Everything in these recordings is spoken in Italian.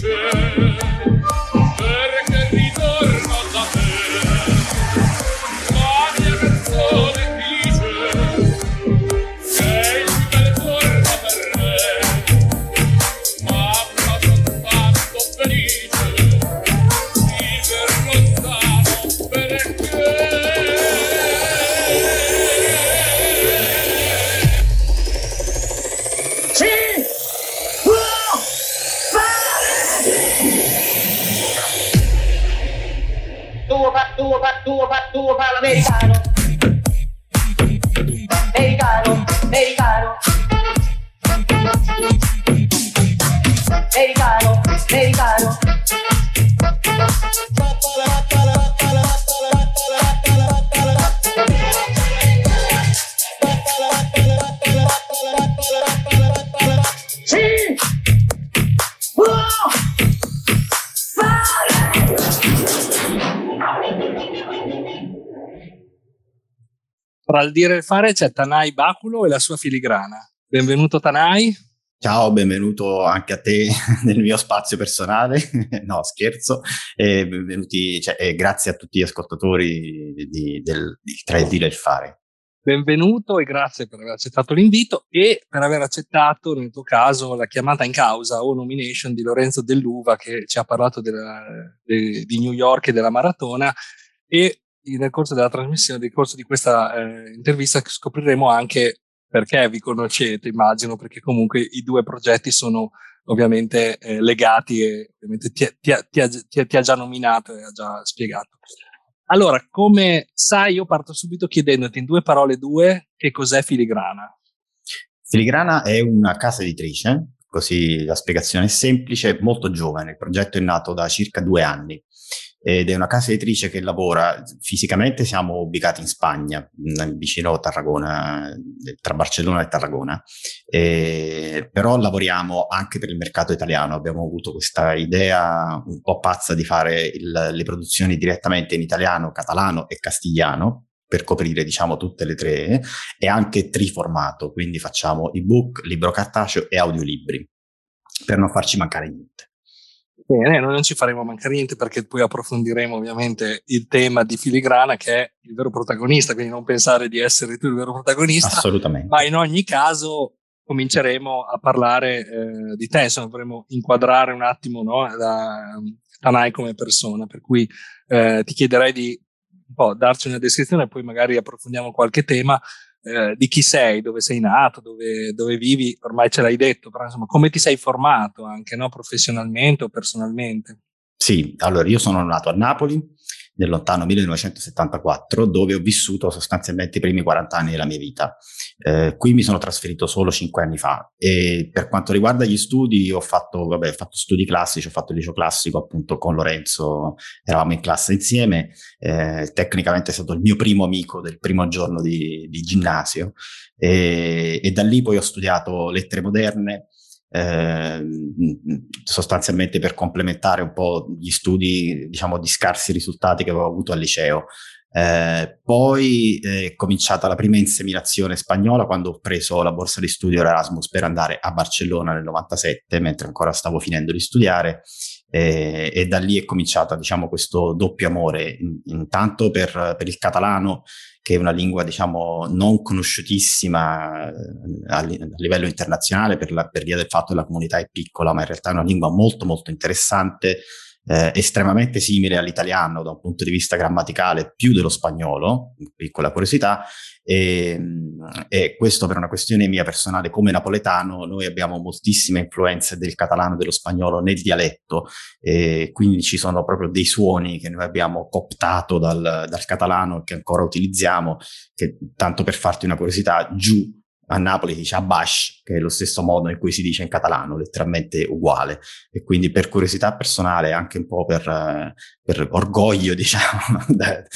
perché ritorno da te. La mia canzone dice che è il più bel giorno per me, mamma son tanto felice viver lontano perché tuo parlo americano, americano, americano, americano, americano. Tra il dire e il fare c'è Tanay Baculo e la sua filigrana. Benvenuto Tanay. Ciao, benvenuto anche a te nel mio spazio personale. No, scherzo. Benvenuti, grazie a tutti gli ascoltatori tra il dire e il fare. Benvenuto e grazie per aver accettato l'invito e per aver accettato, nel tuo caso, la chiamata in causa o nomination di Lorenzo Dell'Uva, che ci ha parlato di New York e della maratona, e nel corso della trasmissione, nel corso di questa intervista, scopriremo anche perché vi conoscete, immagino, perché comunque i due progetti sono ovviamente legati e ovviamente ti ha già nominato e ha già spiegato. Allora, come sai, io parto subito chiedendoti in 2 parole che cos'è Filigrana. Filigrana è una casa editrice, così la spiegazione è semplice, molto giovane. Il progetto è nato da circa 2 anni ed è una casa editrice che lavora fisicamente, siamo ubicati in Spagna, vicino Tarragona, tra Barcellona e Tarragona, però lavoriamo anche per il mercato italiano. Abbiamo avuto questa idea un po' pazza di fare le produzioni direttamente in italiano, catalano e castigliano, per coprire, diciamo, tutte le 3, e anche triformato, quindi facciamo ebook, libro cartaceo e audiolibri, per non farci mancare niente. Bene, noi non ci faremo mancare niente perché poi approfondiremo ovviamente il tema di Filigrana, che è il vero protagonista, quindi non pensare di essere tu il vero protagonista. Assolutamente. Ma in ogni caso cominceremo a parlare di te, insomma dovremo inquadrare un attimo, no, Tanay come persona, per cui ti chiederei di un po' darci una descrizione e poi magari approfondiamo qualche tema di chi sei, dove sei nato, dove vivi, ormai ce l'hai detto, però insomma come ti sei formato anche, no, professionalmente o personalmente? Sì, allora io sono nato a Napoli nel lontano 1974, dove ho vissuto sostanzialmente i primi 40 anni della mia vita. Qui mi sono trasferito solo 5 anni fa e per quanto riguarda gli studi ho fatto studi classici, ho fatto il liceo classico appunto con Lorenzo, eravamo in classe insieme, tecnicamente è stato il mio primo amico del primo giorno di ginnasio e da lì poi ho studiato lettere moderne, sostanzialmente per complementare un po' gli studi, diciamo, di scarsi risultati che avevo avuto al liceo. Poi è cominciata la prima inseminazione spagnola quando ho preso la borsa di studio Erasmus per andare a Barcellona nel 97, mentre ancora stavo finendo di studiare, e da lì è cominciata, diciamo, questo doppio amore, intanto per il catalano, che è una lingua, diciamo, non conosciutissima a livello internazionale per via del fatto che la comunità è piccola, ma in realtà è una lingua molto molto interessante, estremamente simile all'italiano da un punto di vista grammaticale, più dello spagnolo, piccola curiosità, e questo per una questione mia personale come napoletano. Noi abbiamo moltissime influenze del catalano e dello spagnolo nel dialetto, e quindi ci sono proprio dei suoni che noi abbiamo cooptato dal catalano e che ancora utilizziamo, che, tanto per farti una curiosità, giù a Napoli si dice abash, che è lo stesso modo in cui si dice in catalano, letteralmente uguale, e quindi per curiosità personale, anche un po' per orgoglio, diciamo,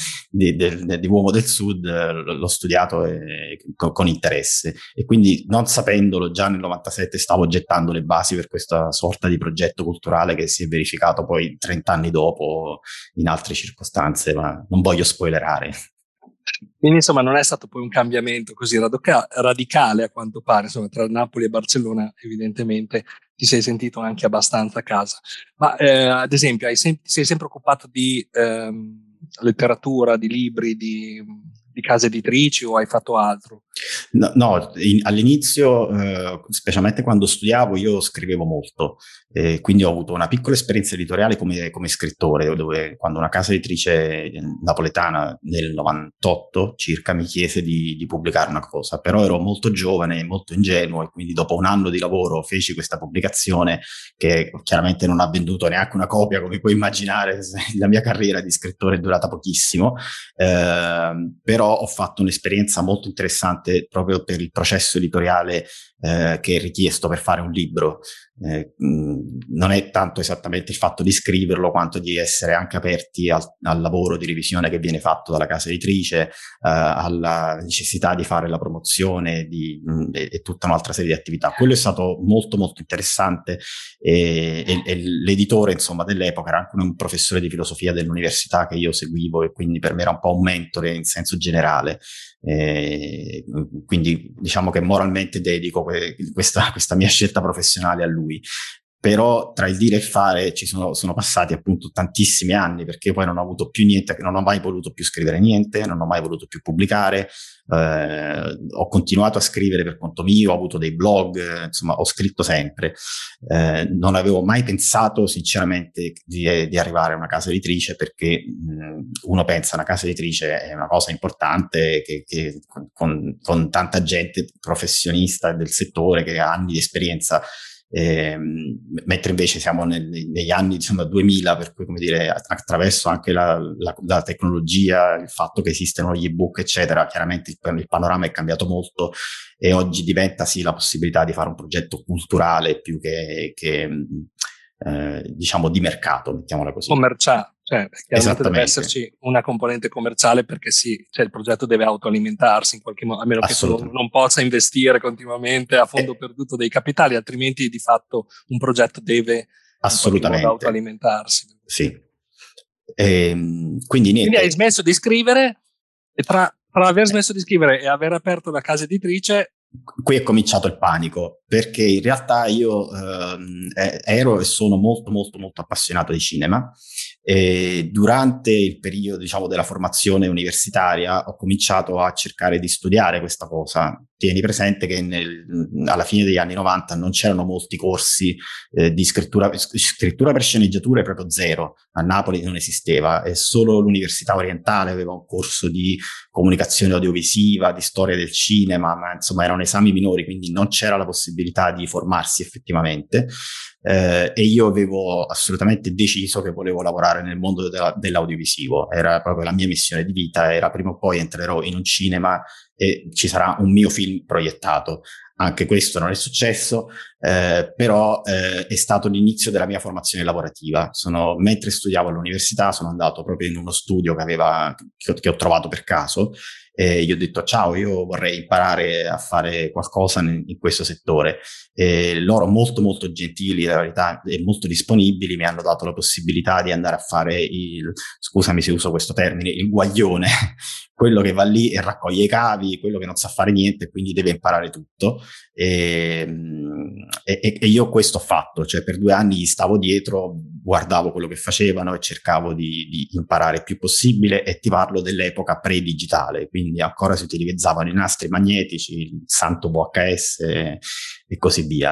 di uomo del sud, l'ho studiato con interesse, e quindi non sapendolo già nel 97 stavo gettando le basi per questa sorta di progetto culturale che si è verificato poi 30 anni dopo in altre circostanze, ma non voglio spoilerare. Quindi insomma non è stato poi un cambiamento così radicale a quanto pare, insomma tra Napoli e Barcellona evidentemente ti sei sentito anche abbastanza a casa. Ma ad esempio, ti sei sempre occupato di letteratura, di libri, di case editrici o hai fatto altro? No, all'inizio, specialmente quando studiavo, io scrivevo molto, quindi ho avuto una piccola esperienza editoriale come scrittore, dove quando una casa editrice napoletana nel 98 circa mi chiese di pubblicare una cosa, però ero molto giovane, molto ingenuo, e quindi dopo un anno di lavoro feci questa pubblicazione che chiaramente non ha venduto neanche una copia, come puoi immaginare. La mia carriera di scrittore è durata pochissimo, però ho fatto un'esperienza molto interessante proprio per il processo editoriale che è richiesto per fare un libro. Non è tanto esattamente il fatto di scriverlo, quanto di essere anche aperti al lavoro di revisione che viene fatto dalla casa editrice, alla necessità di fare la promozione e tutta un'altra serie di attività. Quello è stato molto molto interessante, e l'editore, insomma, dell'epoca era anche un professore di filosofia dell'università che io seguivo, e quindi per me era un po' un mentore in senso generale. Quindi diciamo che moralmente dedico questa mia scelta professionale a lui. Però tra il dire e il fare sono passati appunto tantissimi anni, perché poi non ho avuto più niente, non ho mai voluto più scrivere niente, non ho mai voluto più pubblicare, ho continuato a scrivere per conto mio, ho avuto dei blog, insomma ho scritto sempre. Non avevo mai pensato sinceramente di arrivare a una casa editrice, perché uno pensa una casa editrice è una cosa importante che con tanta gente professionista del settore che ha anni di esperienza. Mentre invece siamo negli anni, insomma, 2000, per cui, come dire, attraverso anche la tecnologia, il fatto che esistono gli ebook eccetera, chiaramente il panorama è cambiato molto, e oggi diventa sì la possibilità di fare un progetto culturale più che diciamo di mercato, mettiamola così. Commerciale, cioè chiaramente deve esserci una componente commerciale, perché sì, cioè il progetto deve autoalimentarsi in qualche modo, a meno che tu non possa investire continuamente a fondo perduto dei capitali, altrimenti di fatto un progetto deve assolutamente autoalimentarsi. Sì. Quindi hai smesso di scrivere, e tra aver smesso di scrivere e aver aperto la casa editrice, qui è cominciato il panico, perché in realtà io ero e sono molto molto molto appassionato di cinema, e durante il periodo, diciamo, della formazione universitaria ho cominciato a cercare di studiare questa cosa. Tieni presente che alla fine degli anni 90 non c'erano molti corsi di scrittura per sceneggiature, proprio zero. A Napoli non esisteva, e solo l'Università Orientale aveva un corso di comunicazione audiovisiva, di storia del cinema, ma insomma erano esami minori, quindi non c'era la possibilità di formarsi effettivamente. E io avevo assolutamente deciso che volevo lavorare nel mondo dell'audiovisivo, era proprio la mia missione di vita, era prima o poi entrerò in un cinema e ci sarà un mio film proiettato. Anche questo non è successo, però è stato l'inizio della mia formazione lavorativa. Mentre studiavo all'università sono andato proprio in uno studio che ho trovato per caso, e gli ho detto: ciao, io vorrei imparare a fare qualcosa in questo settore. E loro, molto molto gentili, la verità, e molto disponibili, mi hanno dato la possibilità di andare a fare scusami se uso questo termine, il guaglione, quello che va lì e raccoglie i cavi, quello che non sa fare niente e quindi deve imparare tutto. E io questo ho fatto, cioè per 2 anni gli stavo dietro, guardavo quello che facevano e cercavo di imparare il più possibile, e ti parlo dell'epoca pre-digitale, quindi ancora si utilizzavano i nastri magnetici, il santo VHS e così via.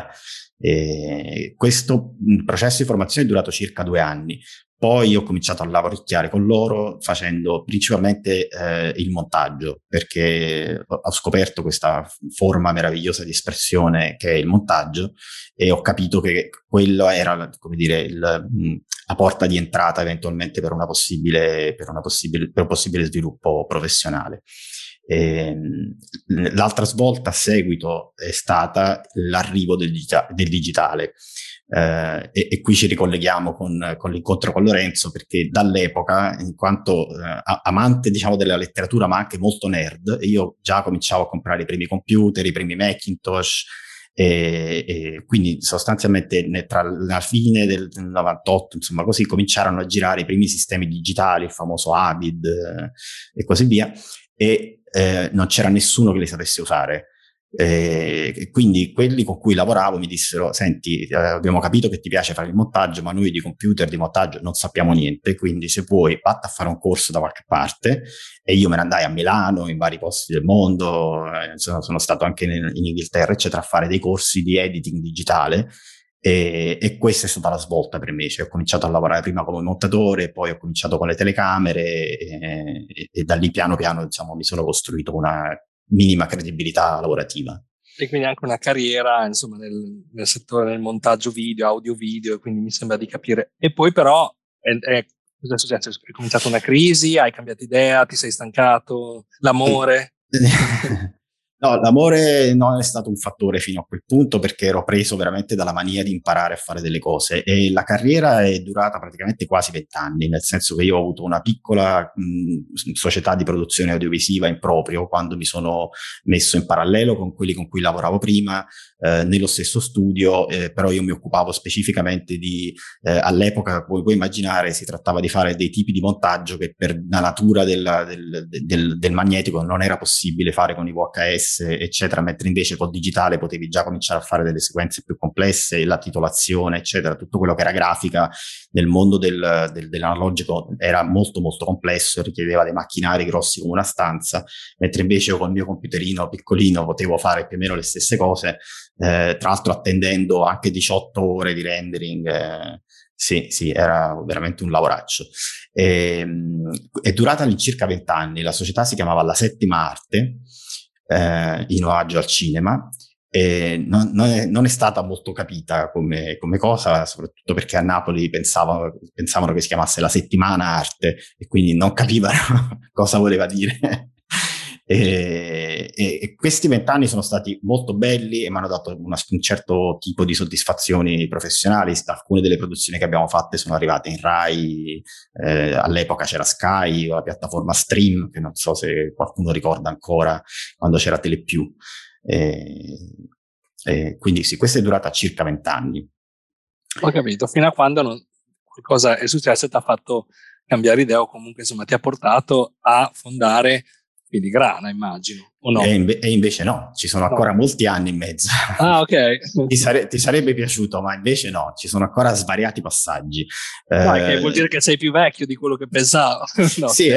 Questo processo di formazione è durato circa 2 anni. Poi ho cominciato a lavoricchiare con loro facendo principalmente il montaggio, perché ho scoperto questa forma meravigliosa di espressione che è il montaggio, e ho capito che quello era, come dire, la porta di entrata eventualmente per un possibile sviluppo professionale. L'altra svolta a seguito è stata l'arrivo del digitale. E qui ci ricolleghiamo con l'incontro con Lorenzo, perché dall'epoca, in quanto amante, diciamo, della letteratura, ma anche molto nerd, io già cominciavo a comprare i primi computer, i primi Macintosh, e quindi sostanzialmente tra la fine del 98, insomma, così cominciarono a girare i primi sistemi digitali, il famoso Avid e così via, e non c'era nessuno che li sapesse usare. E quindi quelli con cui lavoravo mi dissero: senti, abbiamo capito che ti piace fare il montaggio, ma noi di computer, di montaggio non sappiamo niente, quindi se vuoi vatti a fare un corso da qualche parte. E io me ne andai a Milano, in vari posti del mondo, sono stato anche in Inghilterra, eccetera, a fare dei corsi di editing digitale. E questa è stata la svolta per me, cioè ho cominciato a lavorare prima come montatore, poi ho cominciato con le telecamere, e da lì piano piano, diciamo, mi sono costruito una minima credibilità lavorativa. E quindi anche una carriera, insomma, nel settore del montaggio video, audio video, quindi mi sembra di capire. E poi però, cosa è successo? È cominciata una crisi, hai cambiato idea, ti sei stancato, l'amore? No, l'amore non è stato un fattore fino a quel punto, perché ero preso veramente dalla mania di imparare a fare delle cose, e la carriera è durata praticamente quasi 20 anni, nel senso che io ho avuto una piccola società di produzione audiovisiva in proprio, quando mi sono messo in parallelo con quelli con cui lavoravo prima, nello stesso studio, però io mi occupavo specificamente di, all'epoca, come puoi immaginare, si trattava di fare dei tipi di montaggio che per la natura del magnetico non era possibile fare con i VHS, eccetera, mentre invece col digitale potevi già cominciare a fare delle sequenze più complesse, la titolazione, eccetera. Tutto quello che era grafica nel mondo dell'analogico era molto molto complesso, richiedeva dei macchinari grossi come una stanza, mentre invece io col mio computerino piccolino potevo fare più o meno le stesse cose, tra l'altro attendendo anche 18 ore di rendering. Sì, era veramente un lavoraccio. È durata all'incirca 20 anni, la società si chiamava La Settima Arte, in omaggio al cinema, e non è stata molto capita come cosa, soprattutto perché a Napoli pensavano che si chiamasse La Settimana Arte, e quindi non capivano cosa voleva dire. E questi 20 anni sono stati molto belli e mi hanno dato un certo tipo di soddisfazioni professionali. Alcune delle produzioni che abbiamo fatte sono arrivate in Rai, all'epoca c'era Sky, o la piattaforma Stream, che non so se qualcuno ricorda ancora, quando c'era Telepiù. Quindi sì, questa è durata circa 20 anni. Ho capito, fino a quando qualcosa è successo e ti ha fatto cambiare idea, o comunque insomma ti ha portato a fondare Filigrana, immagino, o no? E invece no, ci sono ancora molti anni in mezzo. Ah, ok. Ti sarebbe piaciuto, ma invece no, ci sono ancora svariati passaggi. Che vuol dire che sei più vecchio di quello che pensavo. No. Sì,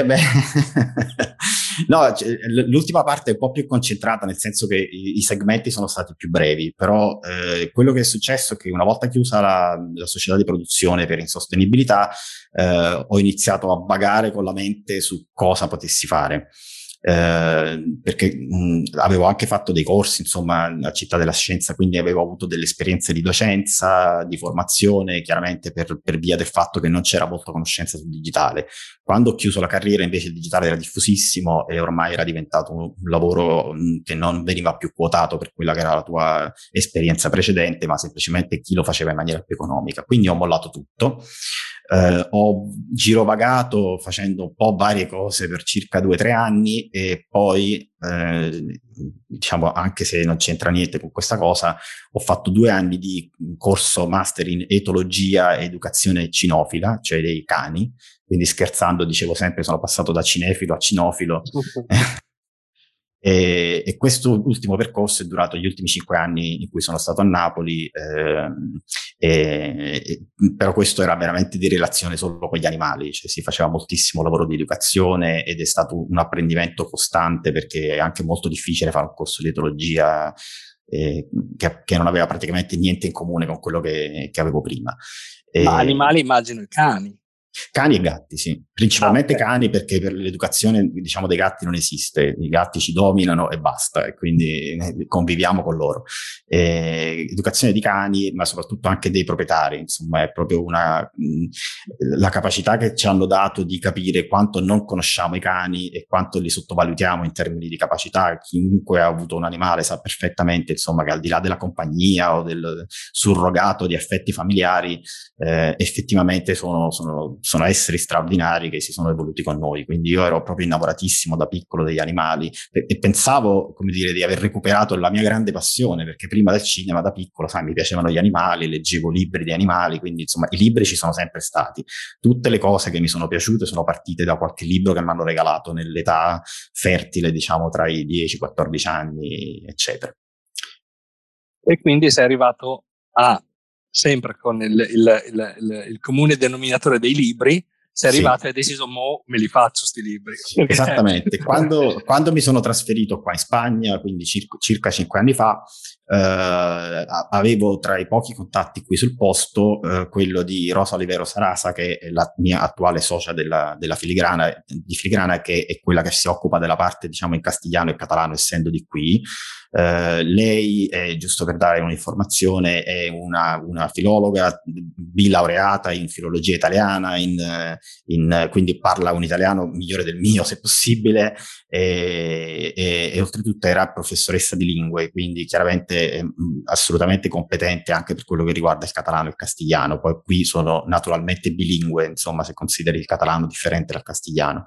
no, l'ultima parte è un po' più concentrata, nel senso che i segmenti sono stati più brevi, però quello che è successo è che una volta chiusa la società di produzione per insostenibilità, ho iniziato a vagare con la mente su cosa potessi fare. Perché avevo anche fatto dei corsi, insomma, a Città della Scienza, quindi avevo avuto delle esperienze di docenza, di formazione, chiaramente per via del fatto che non c'era molta conoscenza sul digitale. Quando ho chiuso la carriera, invece, il digitale era diffusissimo e ormai era diventato un lavoro che non veniva più quotato per quella che era la tua esperienza precedente, ma semplicemente chi lo faceva in maniera più economica. Quindi ho mollato tutto. Ho girovagato facendo un po' varie cose per circa 2 o 3 anni, e poi, diciamo, anche se non c'entra niente con questa cosa, ho fatto 2 anni di corso master in etologia e educazione cinofila, cioè dei cani, quindi scherzando dicevo sempre sono passato da cinefilo a cinofilo. E questo ultimo percorso è durato gli ultimi 5 anni in cui sono stato a Napoli, però questo era veramente di relazione solo con gli animali, cioè si faceva moltissimo lavoro di educazione ed è stato un apprendimento costante, perché è anche molto difficile fare un corso di etologia che non aveva praticamente niente in comune con quello che avevo prima. Ma animali, immagino i cani. Cani e gatti, sì, principalmente cani, perché per l'educazione, diciamo, dei gatti non esiste, i gatti ci dominano e basta, e quindi conviviamo con loro. Educazione di cani, ma soprattutto anche dei proprietari, insomma, è proprio la capacità che ci hanno dato di capire quanto non conosciamo i cani e quanto li sottovalutiamo in termini di capacità. Chiunque ha avuto un animale sa perfettamente, insomma, che al di là della compagnia o del surrogato di affetti familiari, effettivamente sono esseri straordinari che si sono evoluti con noi. Quindi io ero proprio innamoratissimo da piccolo degli animali e pensavo, come dire, di aver recuperato la mia grande passione, perché prima del cinema, da piccolo, sai, mi piacevano gli animali, leggevo libri di animali, quindi insomma i libri ci sono sempre stati. Tutte le cose che mi sono piaciute sono partite da qualche libro che mi hanno regalato nell'età fertile, diciamo tra i 10 e i 14 anni, eccetera. E quindi sei arrivato a, sempre con il comune denominatore dei libri, sei Sì. arrivato e hai deciso, mo me li faccio sti libri. Esattamente. Quando mi sono trasferito qua in Spagna, quindi circa 5 anni fa, avevo tra i pochi contatti qui sul posto quello di Rosa Olivero Sarasa, che è la mia attuale socia della Filigrana, che è quella che si occupa della parte, diciamo, in castigliano e catalano, essendo di qui. Lei, giusto per dare un'informazione, è una filologa bilaureata in filologia italiana, quindi parla un italiano migliore del mio, se possibile, e oltretutto era professoressa di lingue, quindi chiaramente è assolutamente competente anche per quello che riguarda il catalano e il castigliano. Poi qui sono naturalmente bilingue, insomma, se consideri il catalano differente dal castigliano.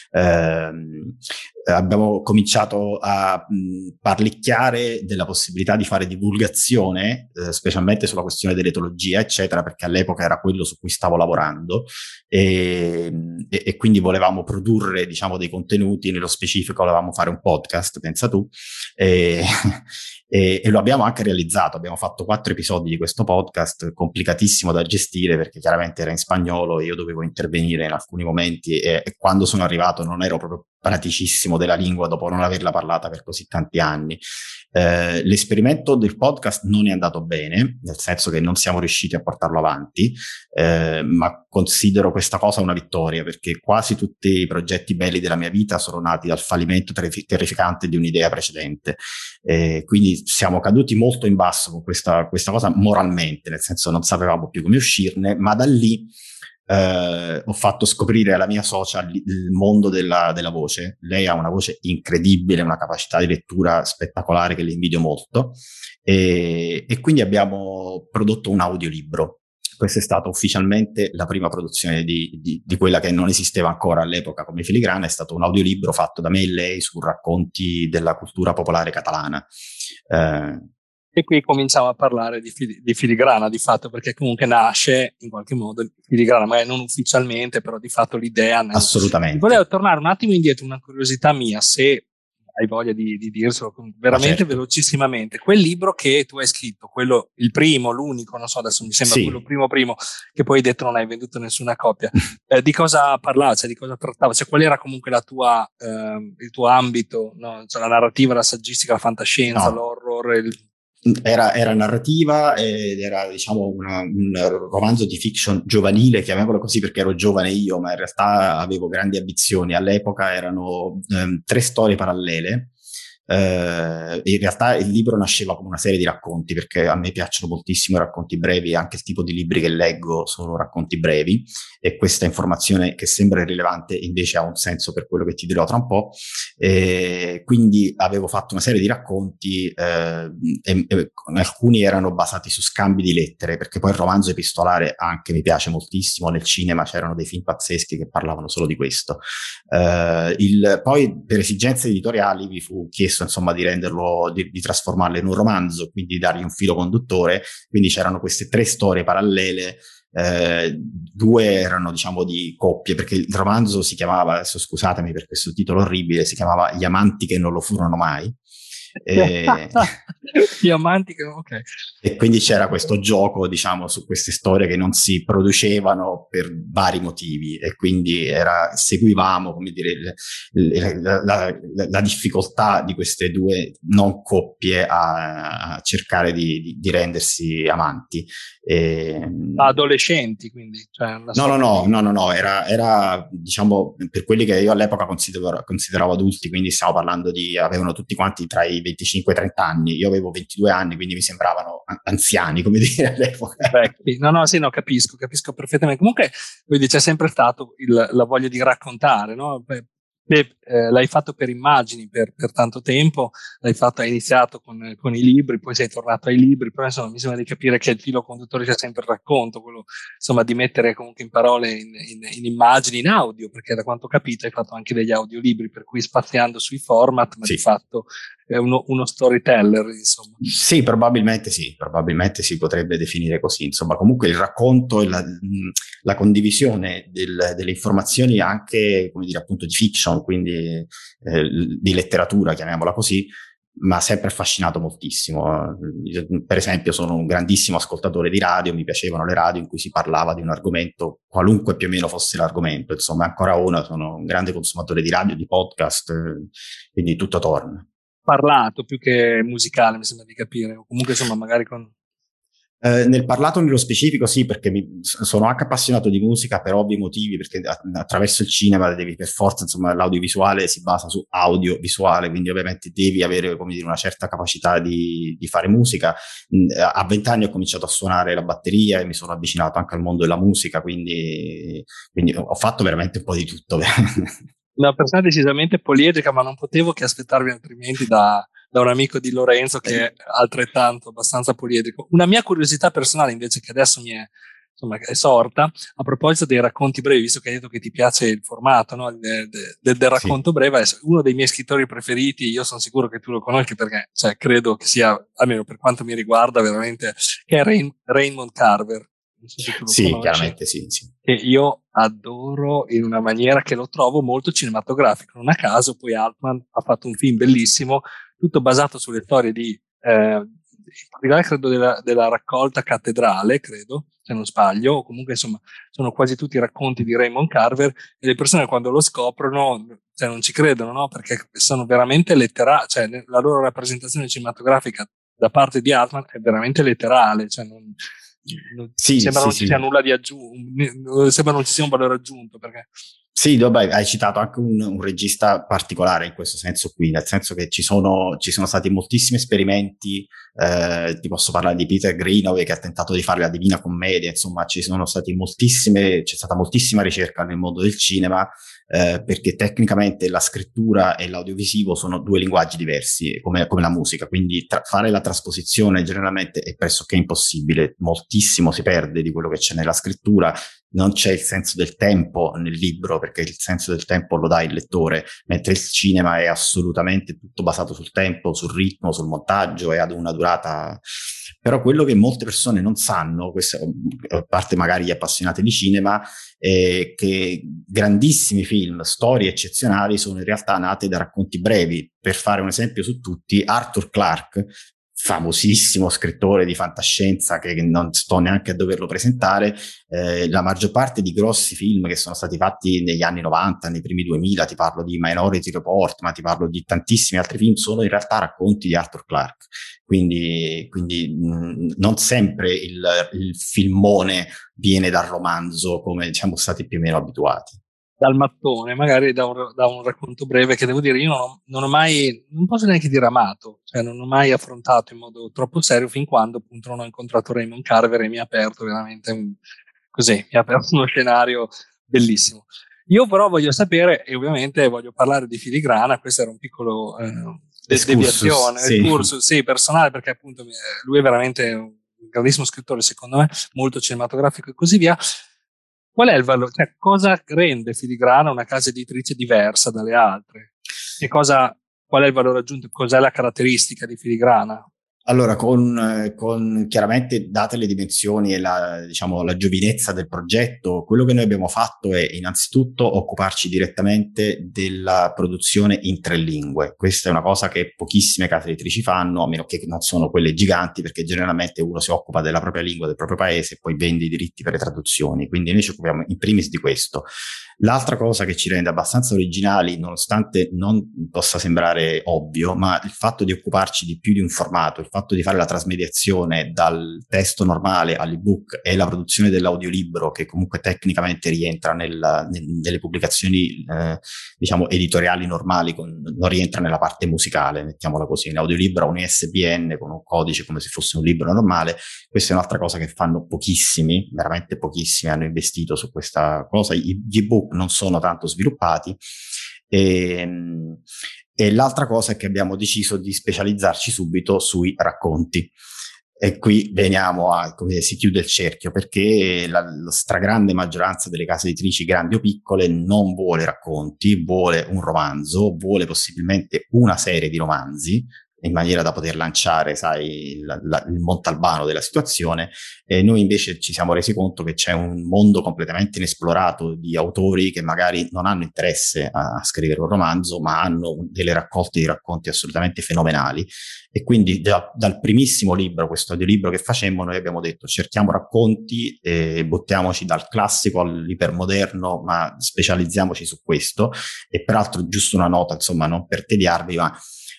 Abbiamo cominciato a parlicchiare della possibilità di fare divulgazione, specialmente sulla questione dell'etologia, eccetera, perché all'epoca era quello su cui stavo lavorando, e quindi volevamo produrre, diciamo, dei contenuti. Nello specifico volevamo fare un podcast, pensa tu, e lo abbiamo anche realizzato. Abbiamo fatto 4 episodi di questo podcast, complicatissimo da gestire perché chiaramente era in spagnolo e io dovevo intervenire in alcuni momenti, e quando sono arrivato non ero proprio praticissimo della lingua dopo non averla parlata per così tanti anni. L'esperimento del podcast non è andato bene, nel senso che non siamo riusciti a portarlo avanti, ma considero questa cosa una vittoria, perché quasi tutti i progetti belli della mia vita sono nati dal fallimento terrificante di un'idea precedente. Quindi siamo caduti molto in basso con questa cosa moralmente, nel senso non sapevamo più come uscirne, ma da lì ho fatto scoprire alla mia socia il mondo della voce. Lei ha una voce incredibile, una capacità di lettura spettacolare che le invidio molto, e quindi abbiamo prodotto un audiolibro. Questa è stata ufficialmente la prima produzione di quella che non esisteva ancora all'epoca come Filigrana. È stato un audiolibro fatto da me e lei su racconti della cultura popolare catalana. E qui cominciamo a parlare di filigrana, di fatto, perché comunque nasce in qualche modo filigrana, magari non ufficialmente, però di fatto l'idea. Assolutamente. Volevo tornare un attimo indietro, una curiosità mia, se hai voglia di dirselo veramente certo. Velocissimamente. Quel libro che tu hai scritto, quello, il primo, l'unico, non so, adesso mi sembra sì. quello primo, che poi hai detto non hai venduto nessuna copia, di cosa parlava, cioè di cosa trattava, cioè qual era comunque la tua, il tuo ambito, no? Cioè la narrativa, la saggistica, la fantascienza, l'horror, Era narrativa ed era, diciamo, un romanzo di fiction giovanile, chiamiamolo così perché ero giovane io, ma in realtà avevo grandi ambizioni. All'epoca erano 3 storie parallele. In realtà il libro nasceva come una serie di racconti, perché a me piacciono moltissimo i racconti brevi, anche il tipo di libri che leggo sono racconti brevi, e questa informazione che sembra irrilevante invece ha un senso per quello che ti dirò tra un po'. Quindi avevo fatto una serie di racconti, alcuni erano basati su scambi di lettere, perché poi il romanzo epistolare anche mi piace moltissimo. Nel cinema c'erano dei film pazzeschi che parlavano solo di questo. Poi per esigenze editoriali vi fu chiesto, insomma, di renderlo, di trasformarlo in un romanzo, quindi di dargli un filo conduttore. Quindi c'erano queste 3 storie parallele, 2 erano, diciamo, di coppie, perché il romanzo si chiamava, adesso scusatemi per questo titolo orribile, si chiamava Gli amanti che non lo furono mai. Gli amanti che, ok. E quindi c'era questo gioco, diciamo, su queste storie che non si producevano per vari motivi, e quindi seguivamo, come dire, la difficoltà di queste 2 non coppie a cercare di rendersi amanti. Adolescenti, quindi, cioè no, era, diciamo, per quelli che io all'epoca consideravo adulti, quindi stiamo parlando avevano tutti quanti tra i 25 e 30 anni. Io avevo 22 anni, quindi mi sembravano anziani, come dire, all'epoca. Capisco perfettamente. Comunque, quindi c'è sempre stato la voglia di raccontare, no? L'hai fatto per immagini per tanto tempo, hai iniziato con i libri, poi sei tornato ai libri, però insomma mi sembra di capire che il filo conduttore sia sempre il racconto, quello, insomma, di mettere comunque in parole, in immagini, in audio, perché da quanto ho capito hai fatto anche degli audiolibri, per cui spaziando sui format, ma sì. Di fatto è uno storyteller, insomma. Sì, probabilmente si potrebbe definire così. Insomma, comunque il racconto e la condivisione delle informazioni, anche, come dire, appunto, di fiction, quindi di letteratura, chiamiamola così, ma sempre affascinato moltissimo. Io, per esempio, sono un grandissimo ascoltatore di radio, mi piacevano le radio in cui si parlava di un argomento, qualunque più o meno fosse l'argomento, insomma, ancora ora sono un grande consumatore di radio, di podcast, quindi tutto torna. Parlato più che musicale, mi sembra di capire, o comunque insomma magari con... Nel parlato nello specifico sì, perché sono anche appassionato di musica per ovvi motivi, perché attraverso il cinema devi per forza, insomma, l'audiovisuale si basa su audiovisuale, quindi ovviamente devi avere, come dire, una certa capacità di fare musica. A 20 anni ho cominciato a suonare la batteria e mi sono avvicinato anche al mondo della musica, quindi ho fatto veramente un po' di tutto. Una persona decisamente poliedrica, ma non potevo che aspettarmi altrimenti da un amico di Lorenzo che è altrettanto abbastanza poliedrico. Una mia curiosità personale invece che adesso mi è, insomma, è sorta, a proposito dei racconti brevi, visto che hai detto che ti piace il formato, no? Del racconto breve, è uno dei miei scrittori preferiti, io sono sicuro che tu lo conosci perché, cioè, credo che sia, almeno per quanto mi riguarda, veramente, che è Raymond Carver. Non so se tu lo conosci. Chiaramente sì. Che io adoro in una maniera che lo trovo molto cinematografico. Non a caso poi Altman ha fatto un film bellissimo, tutto basato sulle storie in particolare credo della raccolta Cattedrale, credo, se non sbaglio, o comunque insomma sono quasi tutti i racconti di Raymond Carver e le persone quando lo scoprono, cioè, non ci credono, no? Perché sono veramente letterali, cioè la loro rappresentazione cinematografica da parte di Altman è veramente letterale, cioè sembra non ci sia nulla di aggiunto, sembra non ci sia un valore aggiunto, perché sì, vabbè, hai citato anche un regista particolare in questo senso qui, nel senso che ci sono stati moltissimi esperimenti, ti posso parlare di Peter Greenaway che ha tentato di fare la Divina Commedia, insomma c'è stata moltissima ricerca nel mondo del cinema, perché tecnicamente la scrittura e l'audiovisivo sono due linguaggi diversi, come la musica, quindi fare la trasposizione generalmente è pressoché impossibile, moltissimo si perde di quello che c'è nella scrittura. Non c'è il senso del tempo nel libro, perché il senso del tempo lo dà il lettore, mentre il cinema è assolutamente tutto basato sul tempo, sul ritmo, sul montaggio e ad una durata. Però quello che molte persone non sanno, questo, a parte magari gli appassionati di cinema, è che grandissimi film, storie eccezionali, sono in realtà nate da racconti brevi. Per fare un esempio su tutti, Arthur Clarke, famosissimo scrittore di fantascienza che non sto neanche a doverlo presentare, la maggior parte di grossi film che sono stati fatti negli anni 90, nei primi 2000, ti parlo di Minority Report, ma ti parlo di tantissimi altri film, sono in realtà racconti di Arthur Clarke. Quindi non sempre il filmone viene dal romanzo come siamo stati più o meno abituati. Dal mattone, magari da un racconto breve che devo dire io non ho mai, non posso neanche dire amato, cioè non ho mai affrontato in modo troppo serio fin quando appunto non ho incontrato Raymond Carver e mi ha aperto veramente mi ha aperto uno scenario bellissimo. Io però voglio sapere, e ovviamente voglio parlare di Filigrana, questo era un piccolo deviazione, excursus, sì, personale, perché appunto lui è veramente un grandissimo scrittore secondo me, molto cinematografico e così via. Qual è il valore? Cioè, cosa rende Filigrana una casa editrice diversa dalle altre? Qual è il valore aggiunto? Cos'è la caratteristica di Filigrana? Allora, con chiaramente date le dimensioni e la giovinezza del progetto, quello che noi abbiamo fatto è innanzitutto occuparci direttamente della produzione in 3 lingue. Questa è una cosa che pochissime case editrici fanno, a meno che non sono quelle giganti, perché generalmente uno si occupa della propria lingua, del proprio paese e poi vende i diritti per le traduzioni. Quindi noi ci occupiamo in primis di questo. L'altra cosa che ci rende abbastanza originali, nonostante non possa sembrare ovvio, ma il fatto di occuparci di più di un formato, il fatto di fare la trasmediazione dal testo normale all'ebook e la produzione dell'audiolibro, che comunque tecnicamente rientra nelle pubblicazioni editoriali normali, non rientra nella parte musicale, mettiamola così. L'audiolibro ha un ISBN con un codice come se fosse un libro normale. Questa è un'altra cosa che fanno pochissimi, veramente pochissimi hanno investito su questa cosa. Gli ebook non sono tanto sviluppati e l'altra cosa è che abbiamo deciso di specializzarci subito sui racconti. E qui veniamo come si chiude il cerchio, perché la stragrande maggioranza delle case editrici, grandi o piccole, non vuole racconti, vuole un romanzo, vuole possibilmente una serie di romanzi, in maniera da poter lanciare, sai, il Montalbano della situazione. E noi invece ci siamo resi conto che c'è un mondo completamente inesplorato di autori che magari non hanno interesse a scrivere un romanzo, ma hanno delle raccolte di racconti assolutamente fenomenali. E quindi dal primissimo libro, questo audiolibro che facemmo, noi abbiamo detto cerchiamo racconti e buttiamoci dal classico all'ipermoderno, ma specializziamoci su questo. E peraltro, giusto una nota, insomma, non per tediarvi, ma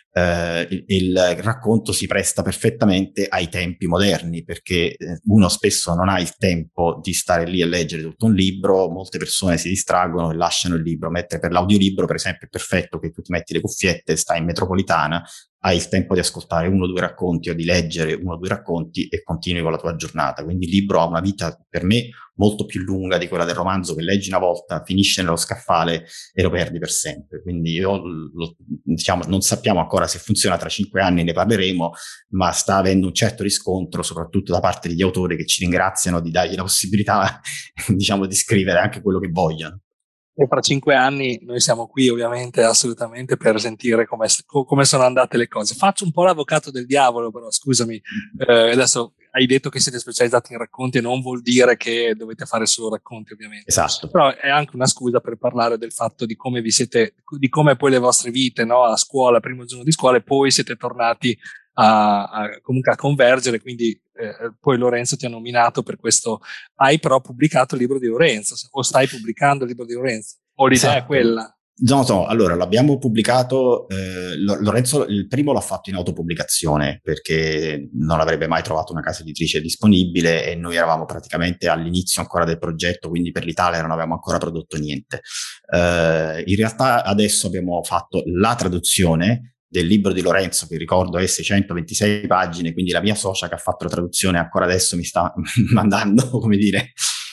il racconto si presta perfettamente ai tempi moderni, perché uno spesso non ha il tempo di stare lì a leggere tutto un libro, molte persone si distraggono e lasciano il libro, mentre per l'audiolibro, per esempio, è perfetto che tu ti metti le cuffiette, stai in metropolitana, hai il tempo di ascoltare 1 o 2 racconti o di leggere 1 o 2 racconti e continui con la tua giornata. Quindi il libro ha una vita, per me, molto più lunga di quella del romanzo, che leggi una volta, finisce nello scaffale e lo perdi per sempre. Quindi diciamo, non sappiamo ancora se funziona, tra 5 anni ne parleremo, ma sta avendo un certo riscontro, soprattutto da parte degli autori, che ci ringraziano di dargli la possibilità, diciamo, di scrivere anche quello che vogliono. E fra 5 anni noi siamo qui ovviamente assolutamente per sentire come sono andate le cose. Faccio un po' l'avvocato del diavolo, però scusami, adesso hai detto che siete specializzati in racconti e non vuol dire che dovete fare solo racconti, ovviamente. Esatto. Però è anche una scusa per parlare del fatto di come vi siete, di come poi le vostre vite, no, a scuola, primo giorno di scuola, e poi siete tornati comunque a convergere, quindi poi Lorenzo ti ha nominato per questo. Hai però pubblicato il libro di Lorenzo, o stai pubblicando il libro di Lorenzo, o l'idea Esatto. è quella? No, allora l'abbiamo pubblicato, Lorenzo il primo l'ha fatto in autopubblicazione perché non avrebbe mai trovato una casa editrice disponibile e noi eravamo praticamente all'inizio ancora del progetto, quindi per l'Italia non avevamo ancora prodotto niente. In realtà adesso abbiamo fatto la traduzione del libro di Lorenzo, che ricordo è 626 pagine, quindi la mia socia che ha fatto la traduzione ancora adesso mi sta mandando, come dire,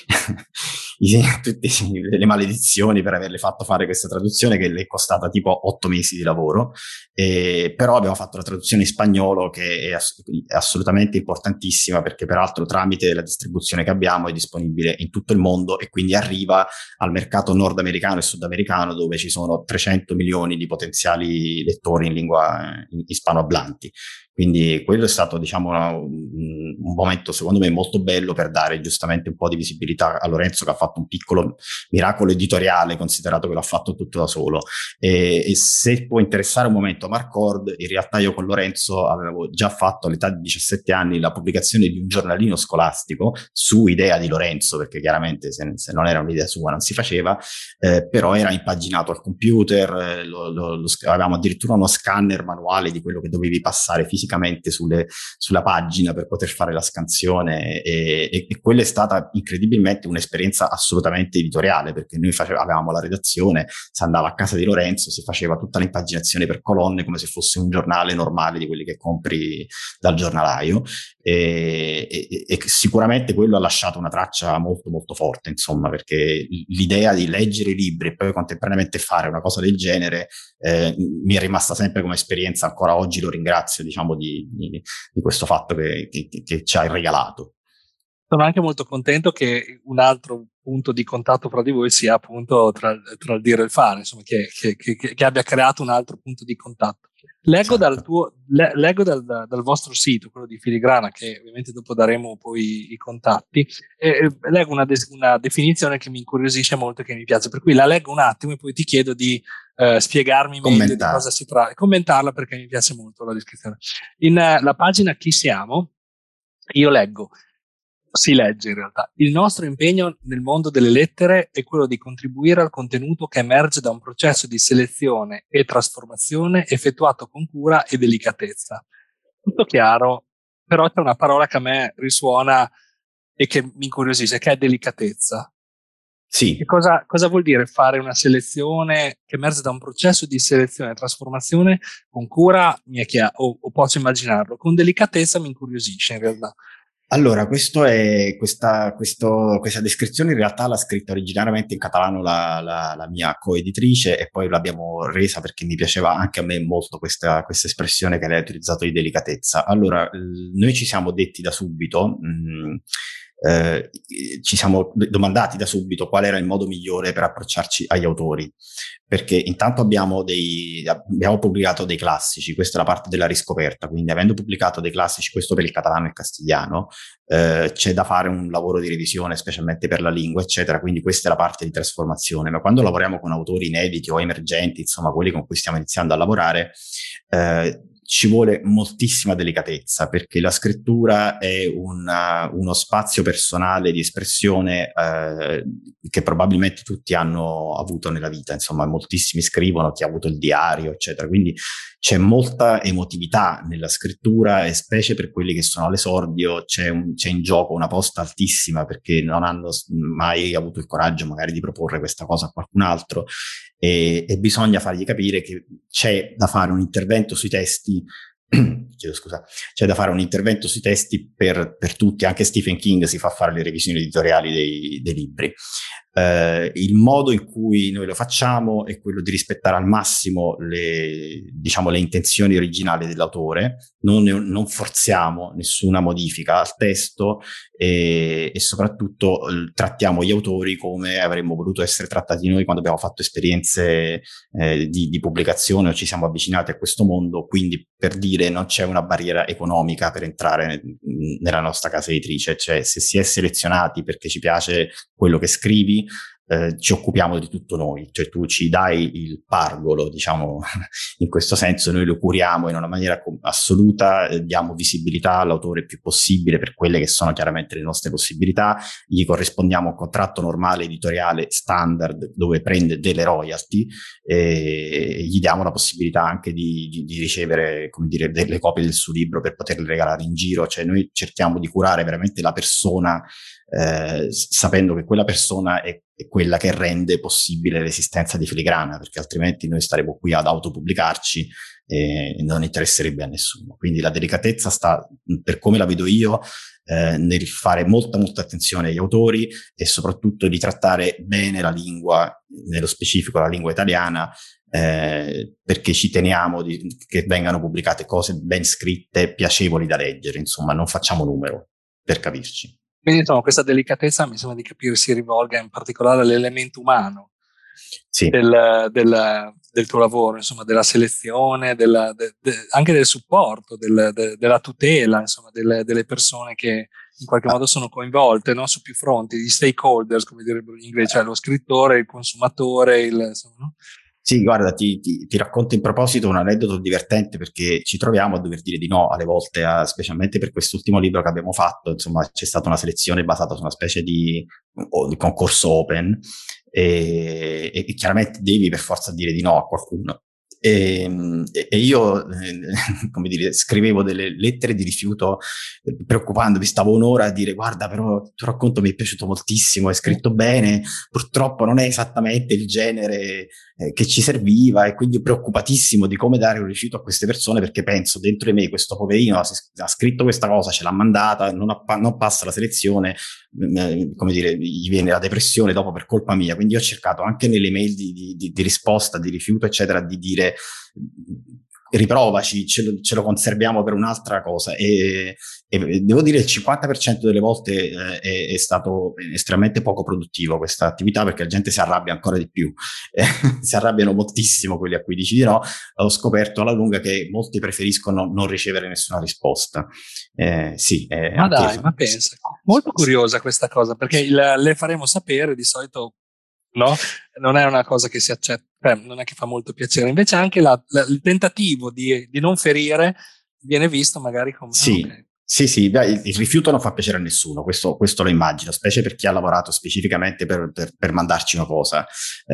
tutte le maledizioni per averle fatto fare questa traduzione, che le è costata tipo 8 mesi di lavoro, però abbiamo fatto la traduzione in spagnolo, che è assolutamente importantissima, perché peraltro tramite la distribuzione che abbiamo è disponibile in tutto il mondo e quindi arriva al mercato nordamericano e sudamericano, dove ci sono 300 milioni di potenziali lettori in lingua ispanohablanti. Quindi quello è stato, diciamo, un momento secondo me molto bello per dare giustamente un po' di visibilità a Lorenzo, che ha fatto un piccolo miracolo editoriale, considerato che l'ha fatto tutto da solo. E se può interessare un momento a Marcord, in realtà io con Lorenzo avevo già fatto all'età di 17 anni la pubblicazione di un giornalino scolastico su idea di Lorenzo, perché chiaramente se non era un'idea sua non si faceva, però era impaginato al computer, avevamo addirittura uno scanner manuale di quello che dovevi passare fisicamente sulla pagina per poter fare la scansione, e quella è stata incredibilmente un'esperienza assolutamente editoriale, perché noi avevamo la redazione, si andava a casa di Lorenzo, si faceva tutta l'impaginazione per colonne come se fosse un giornale normale di quelli che compri dal giornalaio, e sicuramente quello ha lasciato una traccia molto molto forte, insomma, perché l'idea di leggere i libri e poi contemporaneamente fare una cosa del genere mi è rimasta sempre come esperienza. Ancora oggi lo ringrazio, diciamo, di questo fatto che ci ha regalato. Sono anche molto contento che un altro punto di contatto fra di voi sia appunto tra il dire e il fare, insomma, che abbia creato un altro punto di contatto. Leggo dal vostro sito, quello di Filigrana, che ovviamente dopo daremo poi i contatti, leggo una definizione che mi incuriosisce molto e che mi piace, per cui la leggo un attimo e poi ti chiedo di spiegarmi meglio di cosa si tratta, commentarla, perché mi piace molto la descrizione. In la pagina Chi siamo, io leggo, si legge in realtà: il nostro impegno nel mondo delle lettere è quello di contribuire al contenuto che emerge da un processo di selezione e trasformazione effettuato con cura e delicatezza. Tutto chiaro, però c'è una parola che a me risuona e che mi incuriosisce, che è delicatezza. Sì. Che cosa vuol dire fare una selezione che emerge da un processo di selezione e trasformazione con cura? Mi è chiaro, o posso immaginarlo. Con delicatezza mi incuriosisce in realtà. Allora, questa descrizione in realtà l'ha scritta originariamente in catalano la mia coeditrice, e poi l'abbiamo resa perché mi piaceva anche a me molto questa espressione che lei ha utilizzato di delicatezza. Allora, noi ci siamo detti da subito, ci siamo domandati da subito qual era il modo migliore per approcciarci agli autori, perché intanto abbiamo pubblicato dei classici, questa è la parte della riscoperta, quindi avendo pubblicato dei classici, questo per il catalano e il castigliano, c'è da fare un lavoro di revisione, specialmente per la lingua, eccetera, quindi questa è la parte di trasformazione, ma quando lavoriamo con autori inediti o emergenti, insomma quelli con cui stiamo iniziando a lavorare, ci vuole moltissima delicatezza, perché la scrittura è uno spazio personale di espressione che probabilmente tutti hanno avuto nella vita, insomma moltissimi scrivono, chi ha avuto il diario, eccetera, quindi c'è molta emotività nella scrittura, e specie per quelli che sono all'esordio c'è in gioco una posta altissima, perché non hanno mai avuto il coraggio magari di proporre questa cosa a qualcun altro, e bisogna fargli capire che c'è da fare un intervento sui testi. Chiedo scusa, c'è da fare un intervento sui testi per tutti, anche Stephen King si fa fare le revisioni editoriali dei libri. Il modo in cui noi lo facciamo è quello di rispettare al massimo le intenzioni originali dell'autore, non forziamo nessuna modifica al testo, e soprattutto trattiamo gli autori come avremmo voluto essere trattati noi quando abbiamo fatto esperienze di pubblicazione o ci siamo avvicinati a questo mondo. Quindi, per dire, non c'è una barriera economica per entrare nella nostra casa editrice, cioè se si è selezionati perché ci piace quello che scrivi, ci occupiamo di tutto noi, cioè tu ci dai il pargolo, diciamo, in questo senso noi lo curiamo in una maniera assoluta, diamo visibilità all'autore il più possibile per quelle che sono chiaramente le nostre possibilità, gli corrispondiamo a un contratto normale editoriale standard dove prende delle royalty, e gli diamo la possibilità anche di ricevere, come dire, delle copie del suo libro per poterle regalare in giro, cioè noi cerchiamo di curare veramente la persona, sapendo che quella persona è quella che rende possibile l'esistenza di Filigrana, perché altrimenti noi staremo qui ad autopubblicarci e non interesserebbe a nessuno. Quindi la delicatezza sta, per come la vedo io, nel fare molta attenzione agli autori e soprattutto di trattare bene la lingua, nello specifico la lingua italiana, perché ci teniamo che vengano pubblicate cose ben scritte, piacevoli da leggere, insomma non facciamo numero, per capirci. Quindi insomma, questa delicatezza mi sembra di capire si rivolga in particolare all'elemento umano, sì, del tuo lavoro, insomma, della selezione, anche del supporto, della tutela, insomma, delle persone che in qualche modo sono coinvolte, no? Su più fronti, gli stakeholders, come direbbero in inglese, cioè lo scrittore, il consumatore, insomma, no? Sì, guarda, ti racconto in proposito un aneddoto divertente, perché ci troviamo a dover dire di no alle volte, specialmente per quest'ultimo libro che abbiamo fatto. Insomma, c'è stata una selezione basata su una specie di concorso open, e chiaramente devi per forza dire di no a qualcuno. E io, come dire, scrivevo delle lettere di rifiuto preoccupandomi, stavo un'ora a dire: guarda, però il tuo racconto mi è piaciuto moltissimo, è scritto bene, purtroppo non è esattamente il genere che ci serviva, e quindi preoccupatissimo di come dare un rifiuto a queste persone, perché penso dentro di me, questo poverino ha scritto questa cosa, ce l'ha mandata, non passa la selezione, come dire, gli viene la depressione dopo per colpa mia. Quindi ho cercato anche nelle mail di risposta, di rifiuto eccetera, di dire: riprovaci, ce lo conserviamo per un'altra cosa. E devo dire il 50% delle volte è stato estremamente poco produttivo questa attività, perché la gente si arrabbia ancora di più, si arrabbiano moltissimo quelli a cui dici di no. Ho scoperto alla lunga che molti preferiscono non ricevere nessuna risposta. Sì, ma dai, ma pensa, molto curiosa questa cosa, perché le faremo sapere di solito, no? Non è una cosa che si accetta, non è che fa molto piacere. Invece anche il tentativo di non ferire viene visto magari come... Sì. Okay. Sì, beh, il rifiuto non fa piacere a nessuno, questo lo immagino, specie per chi ha lavorato specificamente per mandarci una cosa.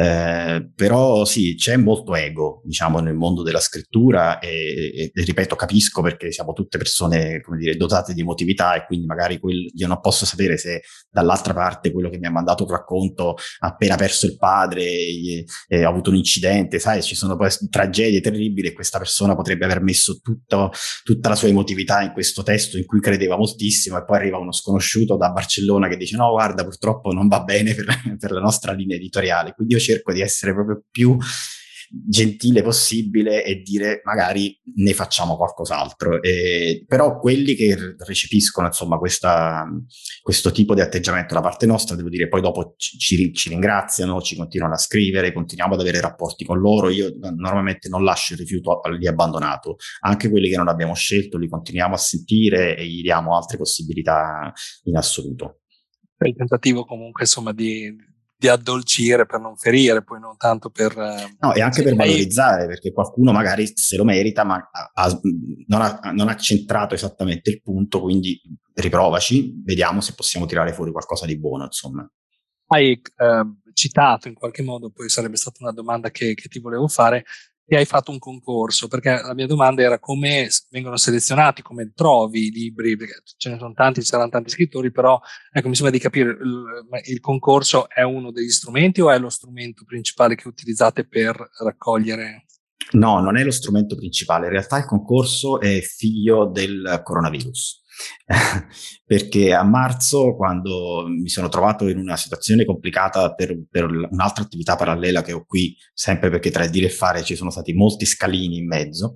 Però sì, c'è molto ego, diciamo, nel mondo della scrittura, e ripeto, capisco, perché siamo tutte persone, come dire, dotate di emotività, e quindi magari io non posso sapere se dall'altra parte quello che mi ha mandato un racconto ha appena perso il padre, ha avuto un incidente, sai, ci sono poi tragedie terribili, e questa persona potrebbe aver messo tutta la sua emotività in questo testo in cui credeva moltissimo, e poi arriva uno sconosciuto da Barcellona che dice: no, guarda, purtroppo non va bene per la nostra linea editoriale. Quindi io cerco di essere proprio più gentile possibile e dire magari ne facciamo qualcos'altro. Però quelli che recepiscono insomma questo tipo di atteggiamento da parte nostra, devo dire, poi dopo ci ringraziano, ci continuano a scrivere, continuiamo ad avere rapporti con loro. Io normalmente non lascio il rifiuto lì abbandonato, anche quelli che non abbiamo scelto li continuiamo a sentire e gli diamo altre possibilità in assoluto. Il tentativo comunque insomma di addolcire per non ferire, poi non tanto per... No, e anche per valorizzare, perché qualcuno magari se lo merita, ma non ha centrato esattamente il punto, quindi riprovaci, vediamo se possiamo tirare fuori qualcosa di buono, insomma. Hai citato in qualche modo, poi sarebbe stata una domanda che ti volevo fare, e hai fatto un concorso, perché la mia domanda era come vengono selezionati, come trovi i libri, perché ce ne sono tanti, ci saranno tanti scrittori, però ecco, mi sembra di capire, il concorso è uno degli strumenti o è lo strumento principale che utilizzate per raccogliere? No, non è lo strumento principale, in realtà il concorso è figlio del coronavirus. Perché a marzo, quando mi sono trovato in una situazione complicata per un'altra attività parallela che ho qui, sempre perché tra il dire e fare ci sono stati molti scalini in mezzo,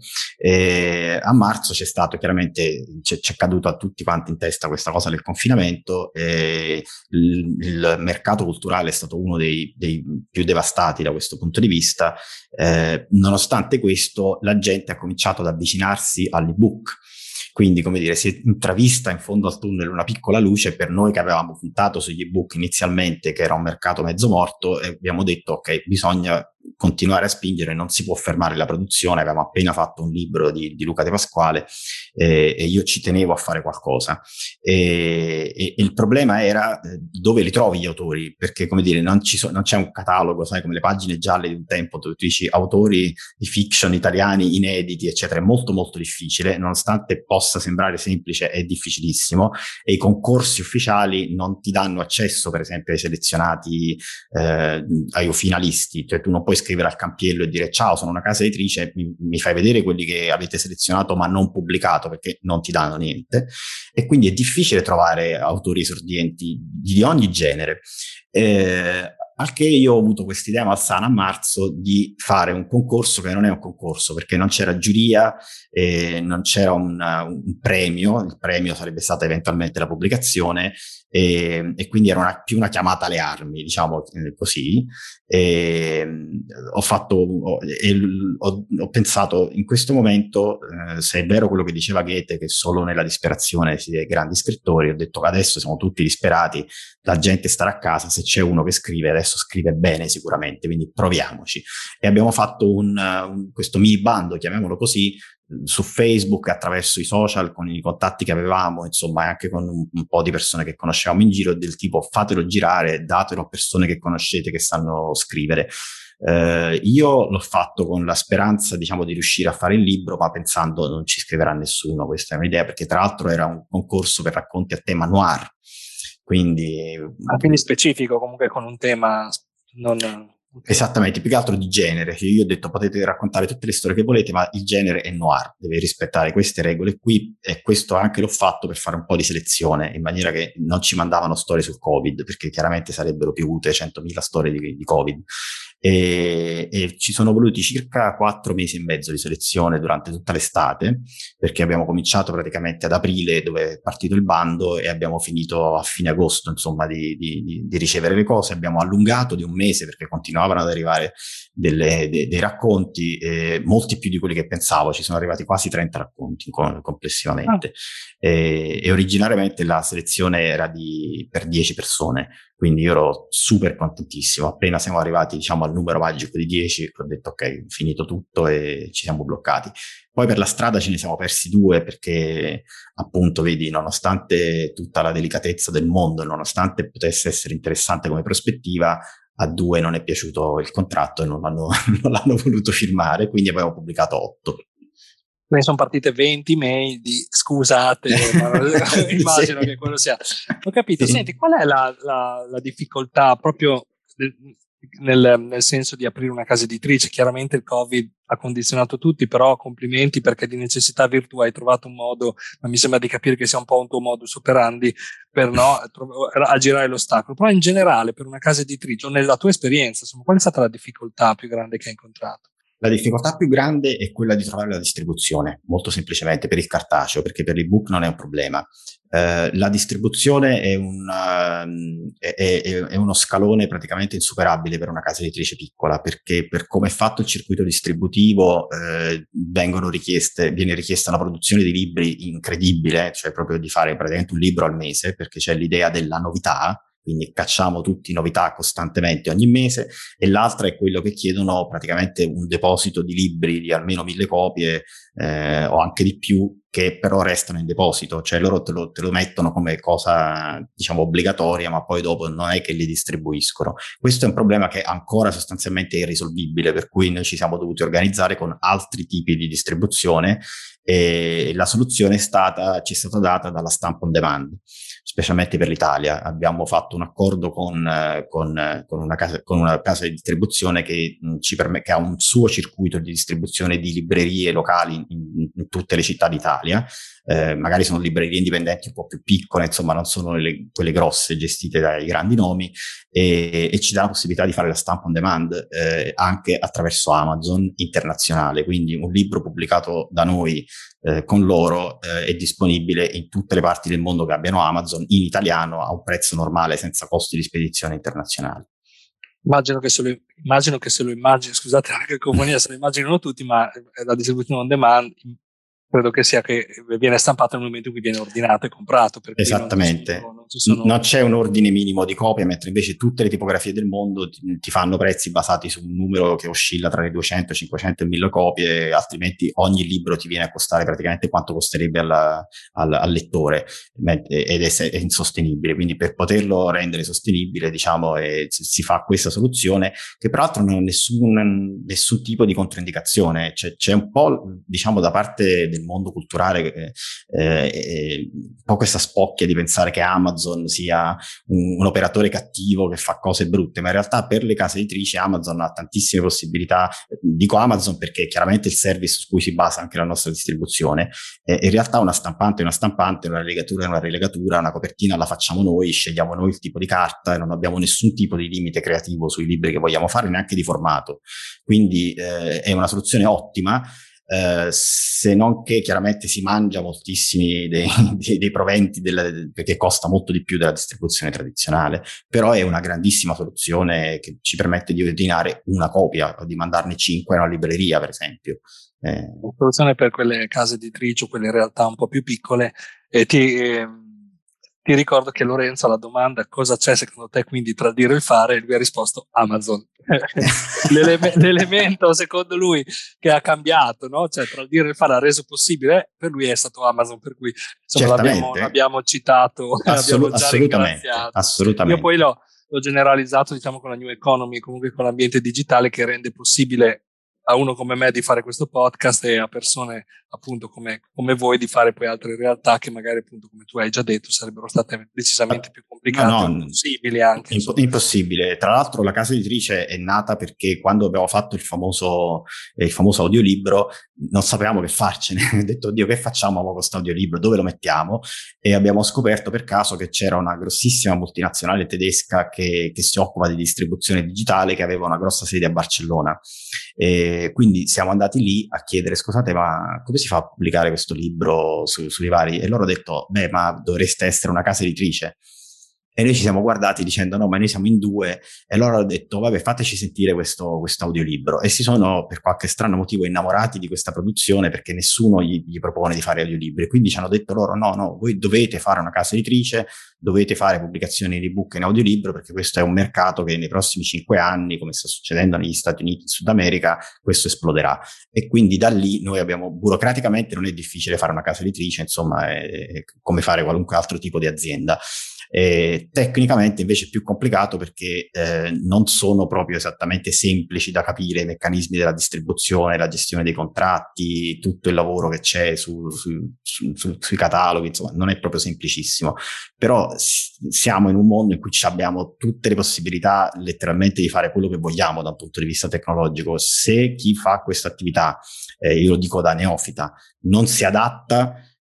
a marzo c'è stato chiaramente, c'è caduto a tutti quanti in testa questa cosa del confinamento, e il mercato culturale è stato uno dei più devastati da questo punto di vista. Nonostante questo, la gente ha cominciato ad avvicinarsi all'ebook. Quindi, come dire, si è intravista in fondo al tunnel una piccola luce per noi che avevamo puntato sugli ebook inizialmente, che era un mercato mezzo morto, e abbiamo detto, ok, bisogna continuare a spingere, non si può fermare la produzione. Avevamo appena fatto un libro di Luca De Pasquale, e io ci tenevo a fare qualcosa. E il problema era dove li trovi gli autori, perché, come dire, non c'è un catalogo, sai, come le pagine gialle di un tempo, dove tu dici autori di fiction italiani inediti, eccetera. È molto molto difficile, nonostante possa sembrare semplice, è difficilissimo, e i concorsi ufficiali non ti danno accesso, per esempio, ai selezionati, ai finalisti. Cioè tu non puoi scrivere al campiello e dire ciao, sono una casa editrice, mi fai vedere quelli che avete selezionato ma non pubblicato, perché non ti danno niente. E quindi è difficile trovare autori esordienti di ogni genere. Al che io ho avuto quest'idea malsana a marzo di fare un concorso che non è un concorso, perché non c'era giuria, non c'era un premio. Il premio sarebbe stata eventualmente la pubblicazione, e quindi era più una chiamata alle armi, diciamo così. Ho pensato, in questo momento, se è vero quello che diceva Goethe, che solo nella disperazione si è grandi scrittori, ho detto che adesso siamo tutti disperati, la gente starà a casa, se c'è uno che scrive adesso scrive bene sicuramente, quindi proviamoci. E abbiamo fatto questo mini bando, chiamiamolo così, su Facebook, attraverso i social, con i contatti che avevamo, insomma, anche con un po' di persone che conoscevamo in giro, del tipo fatelo girare, datelo a persone che conoscete che sanno scrivere. Io l'ho fatto con la speranza, diciamo, di riuscire a fare il libro, ma pensando non ci scriverà nessuno. Questa è un'idea, perché tra l'altro era un concorso per racconti a tema noir, quindi specifico, comunque con un tema non... Esattamente, più che altro di genere. Io ho detto potete raccontare tutte le storie che volete, ma il genere è noir, deve rispettare queste regole qui, e questo anche l'ho fatto per fare un po' di selezione, in maniera che non ci mandavano storie sul Covid, perché chiaramente sarebbero piovute 100.000 storie di Covid. E ci sono voluti circa 4 mesi e mezzo di selezione durante tutta l'estate, perché abbiamo cominciato praticamente ad aprile, dove è partito il bando, e abbiamo finito a fine agosto, insomma, di ricevere le cose. Abbiamo allungato di un mese perché continuavano ad arrivare dei racconti, molti più di quelli che pensavo. Ci sono arrivati quasi 30 racconti complessivamente. E originariamente la selezione era per 10 persone, quindi io ero super contentissimo. Appena siamo arrivati, diciamo, al numero magico di 10, ho detto ok, finito tutto, e ci siamo bloccati. Poi per la strada ce ne siamo persi 2, perché appunto, vedi, nonostante tutta la delicatezza del mondo, nonostante potesse essere interessante come prospettiva, a 2 non è piaciuto il contratto e non l'hanno voluto firmare, quindi abbiamo pubblicato 8. Ne sono partite 20 mail di scusate, ma immagino Sì. che quello sia. Ho capito. Sì. Senti, qual è la difficoltà proprio nel senso di aprire una casa editrice? Chiaramente il Covid ha condizionato tutti, però complimenti, perché di necessità virtù hai trovato un modo, ma mi sembra di capire che sia un po' un tuo modus operandi per aggirare l'ostacolo. Però in generale per una casa editrice, o nella tua esperienza, insomma, qual è stata la difficoltà più grande che hai incontrato? La difficoltà più grande è quella di trovare la distribuzione, molto semplicemente per il cartaceo, perché per l'ebook non è un problema. La distribuzione è è uno scalone praticamente insuperabile per una casa editrice piccola, perché per come è fatto il circuito distributivo viene richiesta una produzione di libri incredibile, cioè proprio di fare praticamente un libro al mese, perché c'è l'idea della novità, quindi cacciamo tutti novità costantemente ogni mese, e l'altra è quello che chiedono praticamente un deposito di libri di almeno 1000 copie o anche di più, che però restano in deposito, cioè loro te lo mettono come cosa, diciamo, obbligatoria, ma poi dopo non è che li distribuiscono. Questo è un problema che ancora sostanzialmente è irrisolvibile, per cui noi ci siamo dovuti organizzare con altri tipi di distribuzione, e la soluzione ci è stata data dalla stampa on demand, specialmente per l'Italia. Abbiamo fatto un accordo con una casa di distribuzione che che ha un suo circuito di distribuzione di librerie locali in tutte le città d'Italia. Magari sono librerie indipendenti un po' più piccole, insomma non sono quelle grosse gestite dai grandi nomi, e ci dà la possibilità di fare la stampa on demand anche attraverso Amazon internazionale. Quindi un libro pubblicato da noi con loro è disponibile in tutte le parti del mondo che abbiano Amazon, in italiano, a un prezzo normale, senza costi di spedizione internazionale. Immagino che se lo immagini, scusate la cacofonia, se lo immaginano tutti, ma la distribuzione on demand credo che sia che viene stampato nel momento in cui viene ordinato e comprato. Esattamente. Non c'è un ordine minimo di copie, mentre invece tutte le tipografie del mondo ti fanno prezzi basati su un numero che oscilla tra le 200, 500 e 1000 copie, altrimenti ogni libro ti viene a costare praticamente quanto costerebbe al lettore, ed è insostenibile. Quindi per poterlo rendere sostenibile, diciamo, si fa questa soluzione, che peraltro non ha nessun tipo di controindicazione. C'è un po', diciamo, da parte del mondo culturale un po' questa spocchia di pensare che Amazon sia un operatore cattivo che fa cose brutte, ma in realtà per le case editrici Amazon ha tantissime possibilità. Dico Amazon perché chiaramente il service su cui si basa anche la nostra distribuzione. In realtà una stampante, una rilegatura, una copertina la facciamo noi, scegliamo noi il tipo di carta, e non abbiamo nessun tipo di limite creativo sui libri che vogliamo fare, neanche di formato. Quindi è una soluzione ottima. Se non che chiaramente si mangia moltissimi dei proventi perché costa molto di più della distribuzione tradizionale, però è una grandissima soluzione che ci permette di ordinare una copia o di mandarne 5 a una libreria, per esempio. Una soluzione per quelle case editrici o quelle realtà un po' più piccole. Ti ricordo che Lorenzo alla domanda cosa c'è secondo te quindi tra il dire e il fare, lui ha risposto Amazon. L'elemento secondo lui che ha cambiato, no? Cioè tra il dire e il fare ha reso possibile, per lui è stato Amazon, per cui insomma l'abbiamo citato, l'abbiamo già ringraziato. Assolutamente. Io poi l'ho generalizzato, diciamo, con la New Economy, comunque con l'ambiente digitale che rende possibile a uno come me di fare questo podcast e a persone appunto come voi di fare poi altre realtà che magari appunto, come tu hai già detto, sarebbero state decisamente più complicate, impossibili anche. Impossibile. Tra l'altro la casa editrice è nata perché quando abbiamo fatto il famoso audiolibro non sapevamo che farcene. Ho detto, oddio, che facciamo con questo audiolibro? Dove lo mettiamo? E abbiamo scoperto per caso che c'era una grossissima multinazionale tedesca che si occupa di distribuzione digitale, che aveva una grossa sede a Barcellona. E quindi siamo andati lì a chiedere, scusate, ma come si fa a pubblicare questo libro sui vari? E loro hanno detto, ma dovreste essere una casa editrice. E noi ci siamo guardati dicendo, no, ma noi siamo in 2. E loro hanno detto, vabbè, fateci sentire questo audiolibro. E si sono, per qualche strano motivo, innamorati di questa produzione, perché nessuno gli propone di fare audiolibri. Quindi ci hanno detto loro, no, voi dovete fare una casa editrice, dovete fare pubblicazioni di ebook in audiolibro, perché questo è un mercato che nei prossimi 5 anni, come sta succedendo negli Stati Uniti, in Sud America, questo esploderà. E quindi da lì noi burocraticamente non è difficile fare una casa editrice, insomma, è come fare qualunque altro tipo di azienda. Tecnicamente invece è più complicato perché non sono proprio esattamente semplici da capire i meccanismi della distribuzione, la gestione dei contratti, tutto il lavoro che c'è sui cataloghi, insomma non è proprio semplicissimo, però siamo in un mondo in cui abbiamo tutte le possibilità letteralmente di fare quello che vogliamo da un punto di vista tecnologico. Se chi fa questa attività, io lo dico da neofita, non si adatta,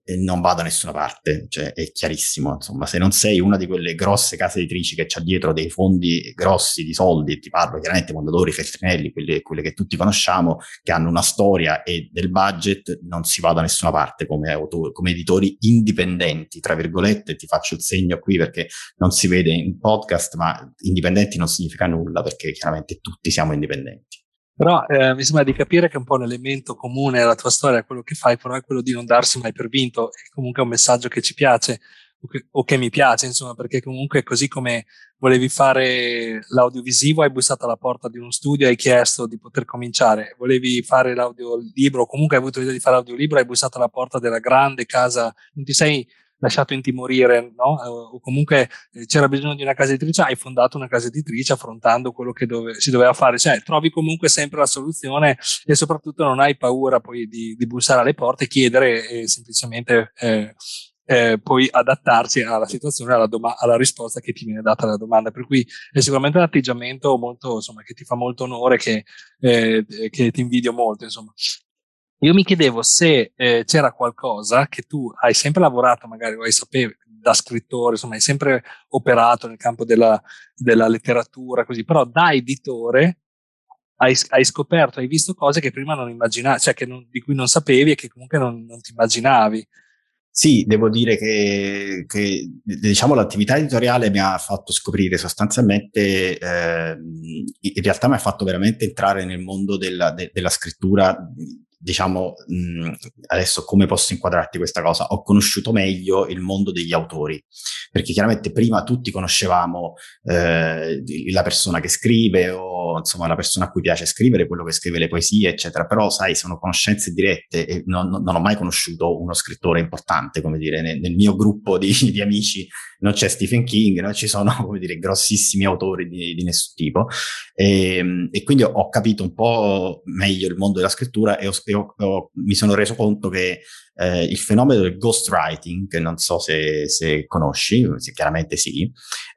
non va da nessuna parte, cioè è chiarissimo, insomma, se non sei una di quelle grosse case editrici che c'ha dietro dei fondi grossi di soldi, ti parlo chiaramente Mondadori, Feltrinelli, quelle che tutti conosciamo, che hanno una storia e del budget, non si va da nessuna parte come editori indipendenti, tra virgolette, ti faccio il segno qui perché non si vede in podcast, ma indipendenti non significa nulla, perché chiaramente tutti siamo indipendenti. Però mi sembra di capire che un po' un elemento comune alla tua storia, quello che fai, però è quello di non darsi mai per vinto, e comunque è un messaggio che ci piace o che mi piace, insomma, perché comunque così come volevi fare l'audiovisivo, hai bussato alla porta di uno studio e hai chiesto di poter cominciare, volevi fare l'audiolibro o comunque hai avuto l'idea di fare l'audiolibro, hai bussato alla porta della grande casa, non ti sei lasciato intimorire, no? O comunque c'era bisogno di una casa editrice, hai fondato una casa editrice affrontando quello che si doveva fare, cioè trovi comunque sempre la soluzione e soprattutto non hai paura poi di bussare alle porte, chiedere e semplicemente poi adattarsi alla situazione, alla risposta che ti viene data alla domanda, per cui è sicuramente un atteggiamento molto, insomma, che ti fa molto onore, che ti invidio molto, insomma. Io mi chiedevo se c'era qualcosa che tu hai sempre lavorato, magari o hai sapevo da scrittore, insomma, hai sempre operato nel campo della letteratura, così, però da editore hai scoperto, hai visto cose che prima non immaginavi, cioè di cui non sapevi e che comunque non ti immaginavi. Sì, devo dire che diciamo l'attività editoriale mi ha fatto scoprire sostanzialmente, in realtà mi ha fatto veramente entrare nel mondo della scrittura. Diciamo, adesso come posso inquadrarti questa cosa? Ho conosciuto meglio il mondo degli autori, perché chiaramente prima tutti conoscevamo la persona che scrive o insomma la persona a cui piace scrivere, quello che scrive le poesie, eccetera, però sai, sono conoscenze dirette e non ho mai conosciuto uno scrittore importante, come dire, nel mio gruppo di amici non c'è Stephen King, non ci sono, come dire, grossissimi autori di nessun tipo. E quindi ho capito un po' meglio il mondo della scrittura e mi sono reso conto che il fenomeno del ghostwriting, che non so se conosci, chiaramente sì,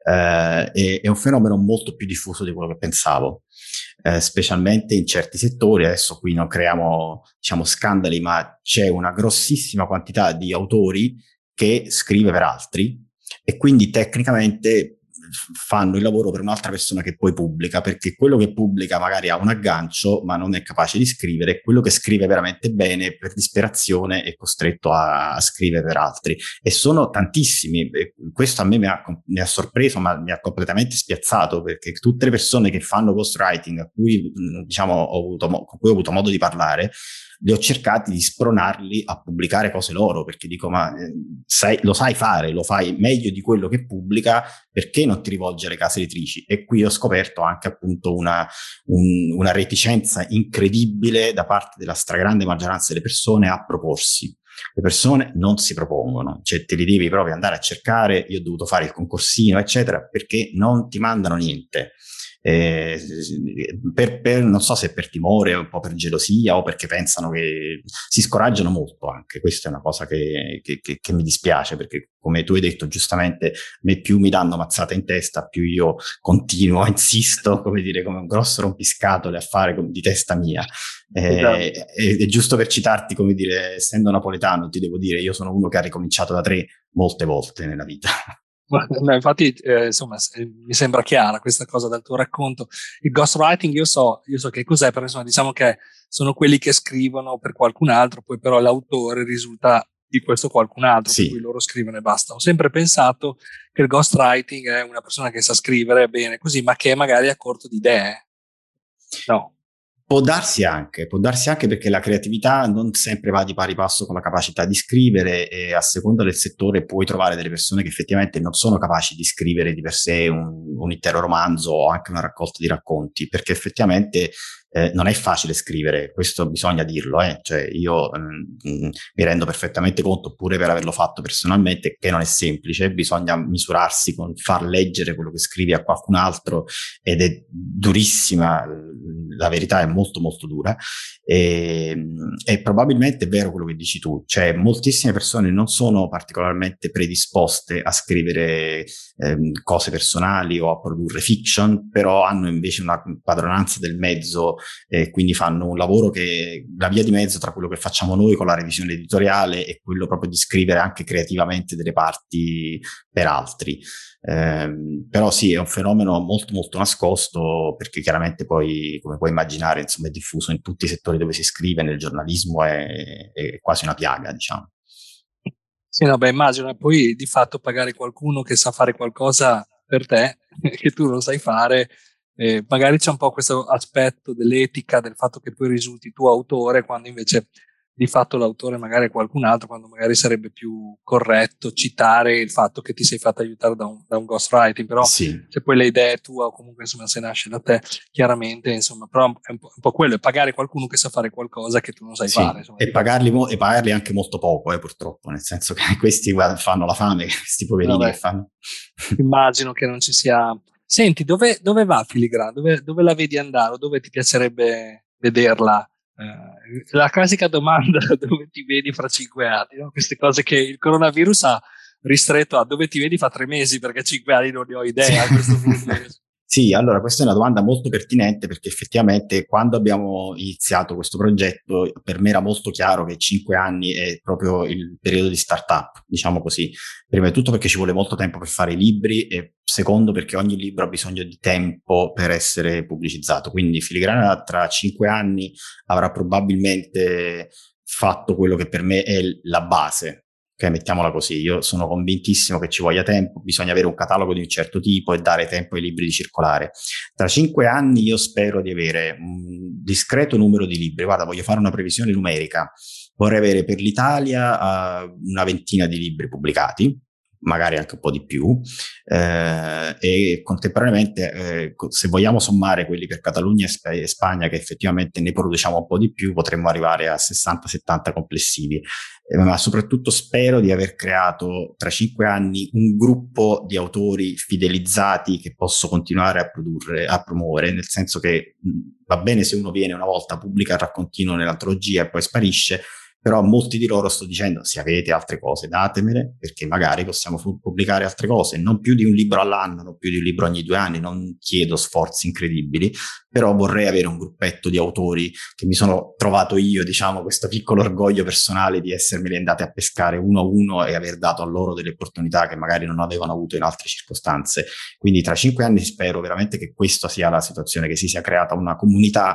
è un fenomeno molto più diffuso di quello che pensavo, specialmente in certi settori. Adesso qui non creiamo, diciamo, scandali, ma c'è una grossissima quantità di autori che scrive per altri e quindi tecnicamente fanno il lavoro per un'altra persona che poi pubblica, perché quello che pubblica magari ha un aggancio ma non è capace di scrivere, quello che scrive veramente bene per disperazione è costretto a scrivere per altri, e sono tantissimi. Questo a me mi ha sorpreso, ma mi ha completamente spiazzato, perché tutte le persone che fanno ghostwriting a cui diciamo con cui ho avuto modo di parlare, li ho cercati di spronarli a pubblicare cose loro, perché dico, ma lo sai fare, lo fai meglio di quello che pubblica, perché non ti rivolgi alle case editrici? E qui ho scoperto anche appunto una reticenza incredibile da parte della stragrande maggioranza delle persone a proporsi. Le persone non si propongono, cioè te li devi proprio andare a cercare. Io ho dovuto fare il concorsino, eccetera, perché non ti mandano niente. Non so se per timore, un po' per gelosia o perché pensano che si scoraggiano molto. Anche questa è una cosa che mi dispiace, perché come tu hai detto giustamente, più mi danno mazzata in testa, più io continuo, insisto, come dire, come un grosso rompiscatole a fare di testa mia. È giusto per citarti, come dire, essendo napoletano, ti devo dire, io sono uno che ha ricominciato da 3 molte volte nella vita. No, infatti, insomma, mi sembra chiara questa cosa dal tuo racconto. Il ghostwriting io so che cos'è, però insomma, diciamo che sono quelli che scrivono per qualcun altro, poi però l'autore risulta di questo qualcun altro, sì, per cui loro scrivono e basta. Ho sempre pensato che il ghostwriting è una persona che sa scrivere bene così, ma che magari è a corto di idee. No. Può darsi anche perché la creatività non sempre va di pari passo con la capacità di scrivere, e a seconda del settore puoi trovare delle persone che effettivamente non sono capaci di scrivere di per sé un intero romanzo o anche una raccolta di racconti, perché effettivamente non è facile scrivere, questo bisogna dirlo, cioè io mi rendo perfettamente conto, pure per averlo fatto personalmente, che non è semplice. Bisogna misurarsi con far leggere quello che scrivi a qualcun altro, ed è durissima la verità è molto molto dura e probabilmente è vero quello che dici tu, cioè moltissime persone non sono particolarmente predisposte a scrivere cose personali o a produrre fiction, però hanno invece una padronanza del mezzo e quindi fanno un lavoro che la via di mezzo tra quello che facciamo noi con la revisione editoriale e quello proprio di scrivere anche creativamente delle parti per altri. Però sì, è un fenomeno molto molto nascosto, perché chiaramente poi, come puoi immaginare, insomma, è diffuso in tutti i settori dove si scrive, nel giornalismo è quasi una piaga, diciamo. Sì, no, beh, immagino, e poi di fatto pagare qualcuno che sa fare qualcosa per te, che tu non sai fare, magari c'è un po' questo aspetto dell'etica, del fatto che poi risulti tu autore, quando invece di fatto l'autore magari è qualcun altro, quando magari sarebbe più corretto citare il fatto che ti sei fatto aiutare da un ghostwriting, però Sì. se poi le idee tue o comunque insomma se nasce da te, chiaramente insomma, però è un po' quello, è pagare qualcuno che sa fare qualcosa che tu non sai Sì, fare. Insomma, e pagarli anche molto poco, purtroppo, nel senso che questi fanno la fame, questi poverini vabbè, che fanno. immagino che non ci sia. Senti, dove va Filigrana? Dove la vedi andare? O dove ti piacerebbe vederla? La classica domanda, dove ti vedi fra 5 anni, no? Queste cose che il coronavirus ha ristretto a dove ti vedi fra 3 mesi, perché 5 anni non ne ho Sì. idea a questo punto. Sì, allora questa è una domanda molto pertinente, perché effettivamente quando abbiamo iniziato questo progetto per me era molto chiaro che 5 anni è proprio il periodo di startup, diciamo così. Prima di tutto perché ci vuole molto tempo per fare i libri e secondo perché ogni libro ha bisogno di tempo per essere pubblicizzato. Quindi Filigrana tra 5 anni avrà probabilmente fatto quello che per me è la base. Ok, mettiamola così, io sono convintissimo che ci voglia tempo, bisogna avere un catalogo di un certo tipo e dare tempo ai libri di circolare. Tra 5 anni io spero di avere un discreto numero di libri. Guarda, voglio fare una previsione numerica. Vorrei avere per l'Italia una ventina di libri pubblicati, magari anche un po' di più, e contemporaneamente, se vogliamo sommare quelli per Catalogna e Spagna, che effettivamente ne produciamo un po' di più, potremmo arrivare a 60-70 complessivi. Ma soprattutto spero di aver creato tra 5 anni un gruppo di autori fidelizzati che posso continuare a produrre, a promuovere, nel senso che va bene se uno viene una volta, pubblica il raccontino nell'antologia e poi sparisce, però a molti di loro sto dicendo: se avete altre cose datemele, perché magari possiamo pubblicare altre cose, non più di un libro all'anno, non più di un libro ogni 2 anni, non chiedo sforzi incredibili, però vorrei avere un gruppetto di autori che mi sono trovato io, diciamo, questo piccolo orgoglio personale di essermeli andati a pescare uno a uno e aver dato a loro delle opportunità che magari non avevano avuto in altre circostanze. Quindi tra 5 anni spero veramente che questa sia la situazione, che si sia creata una comunità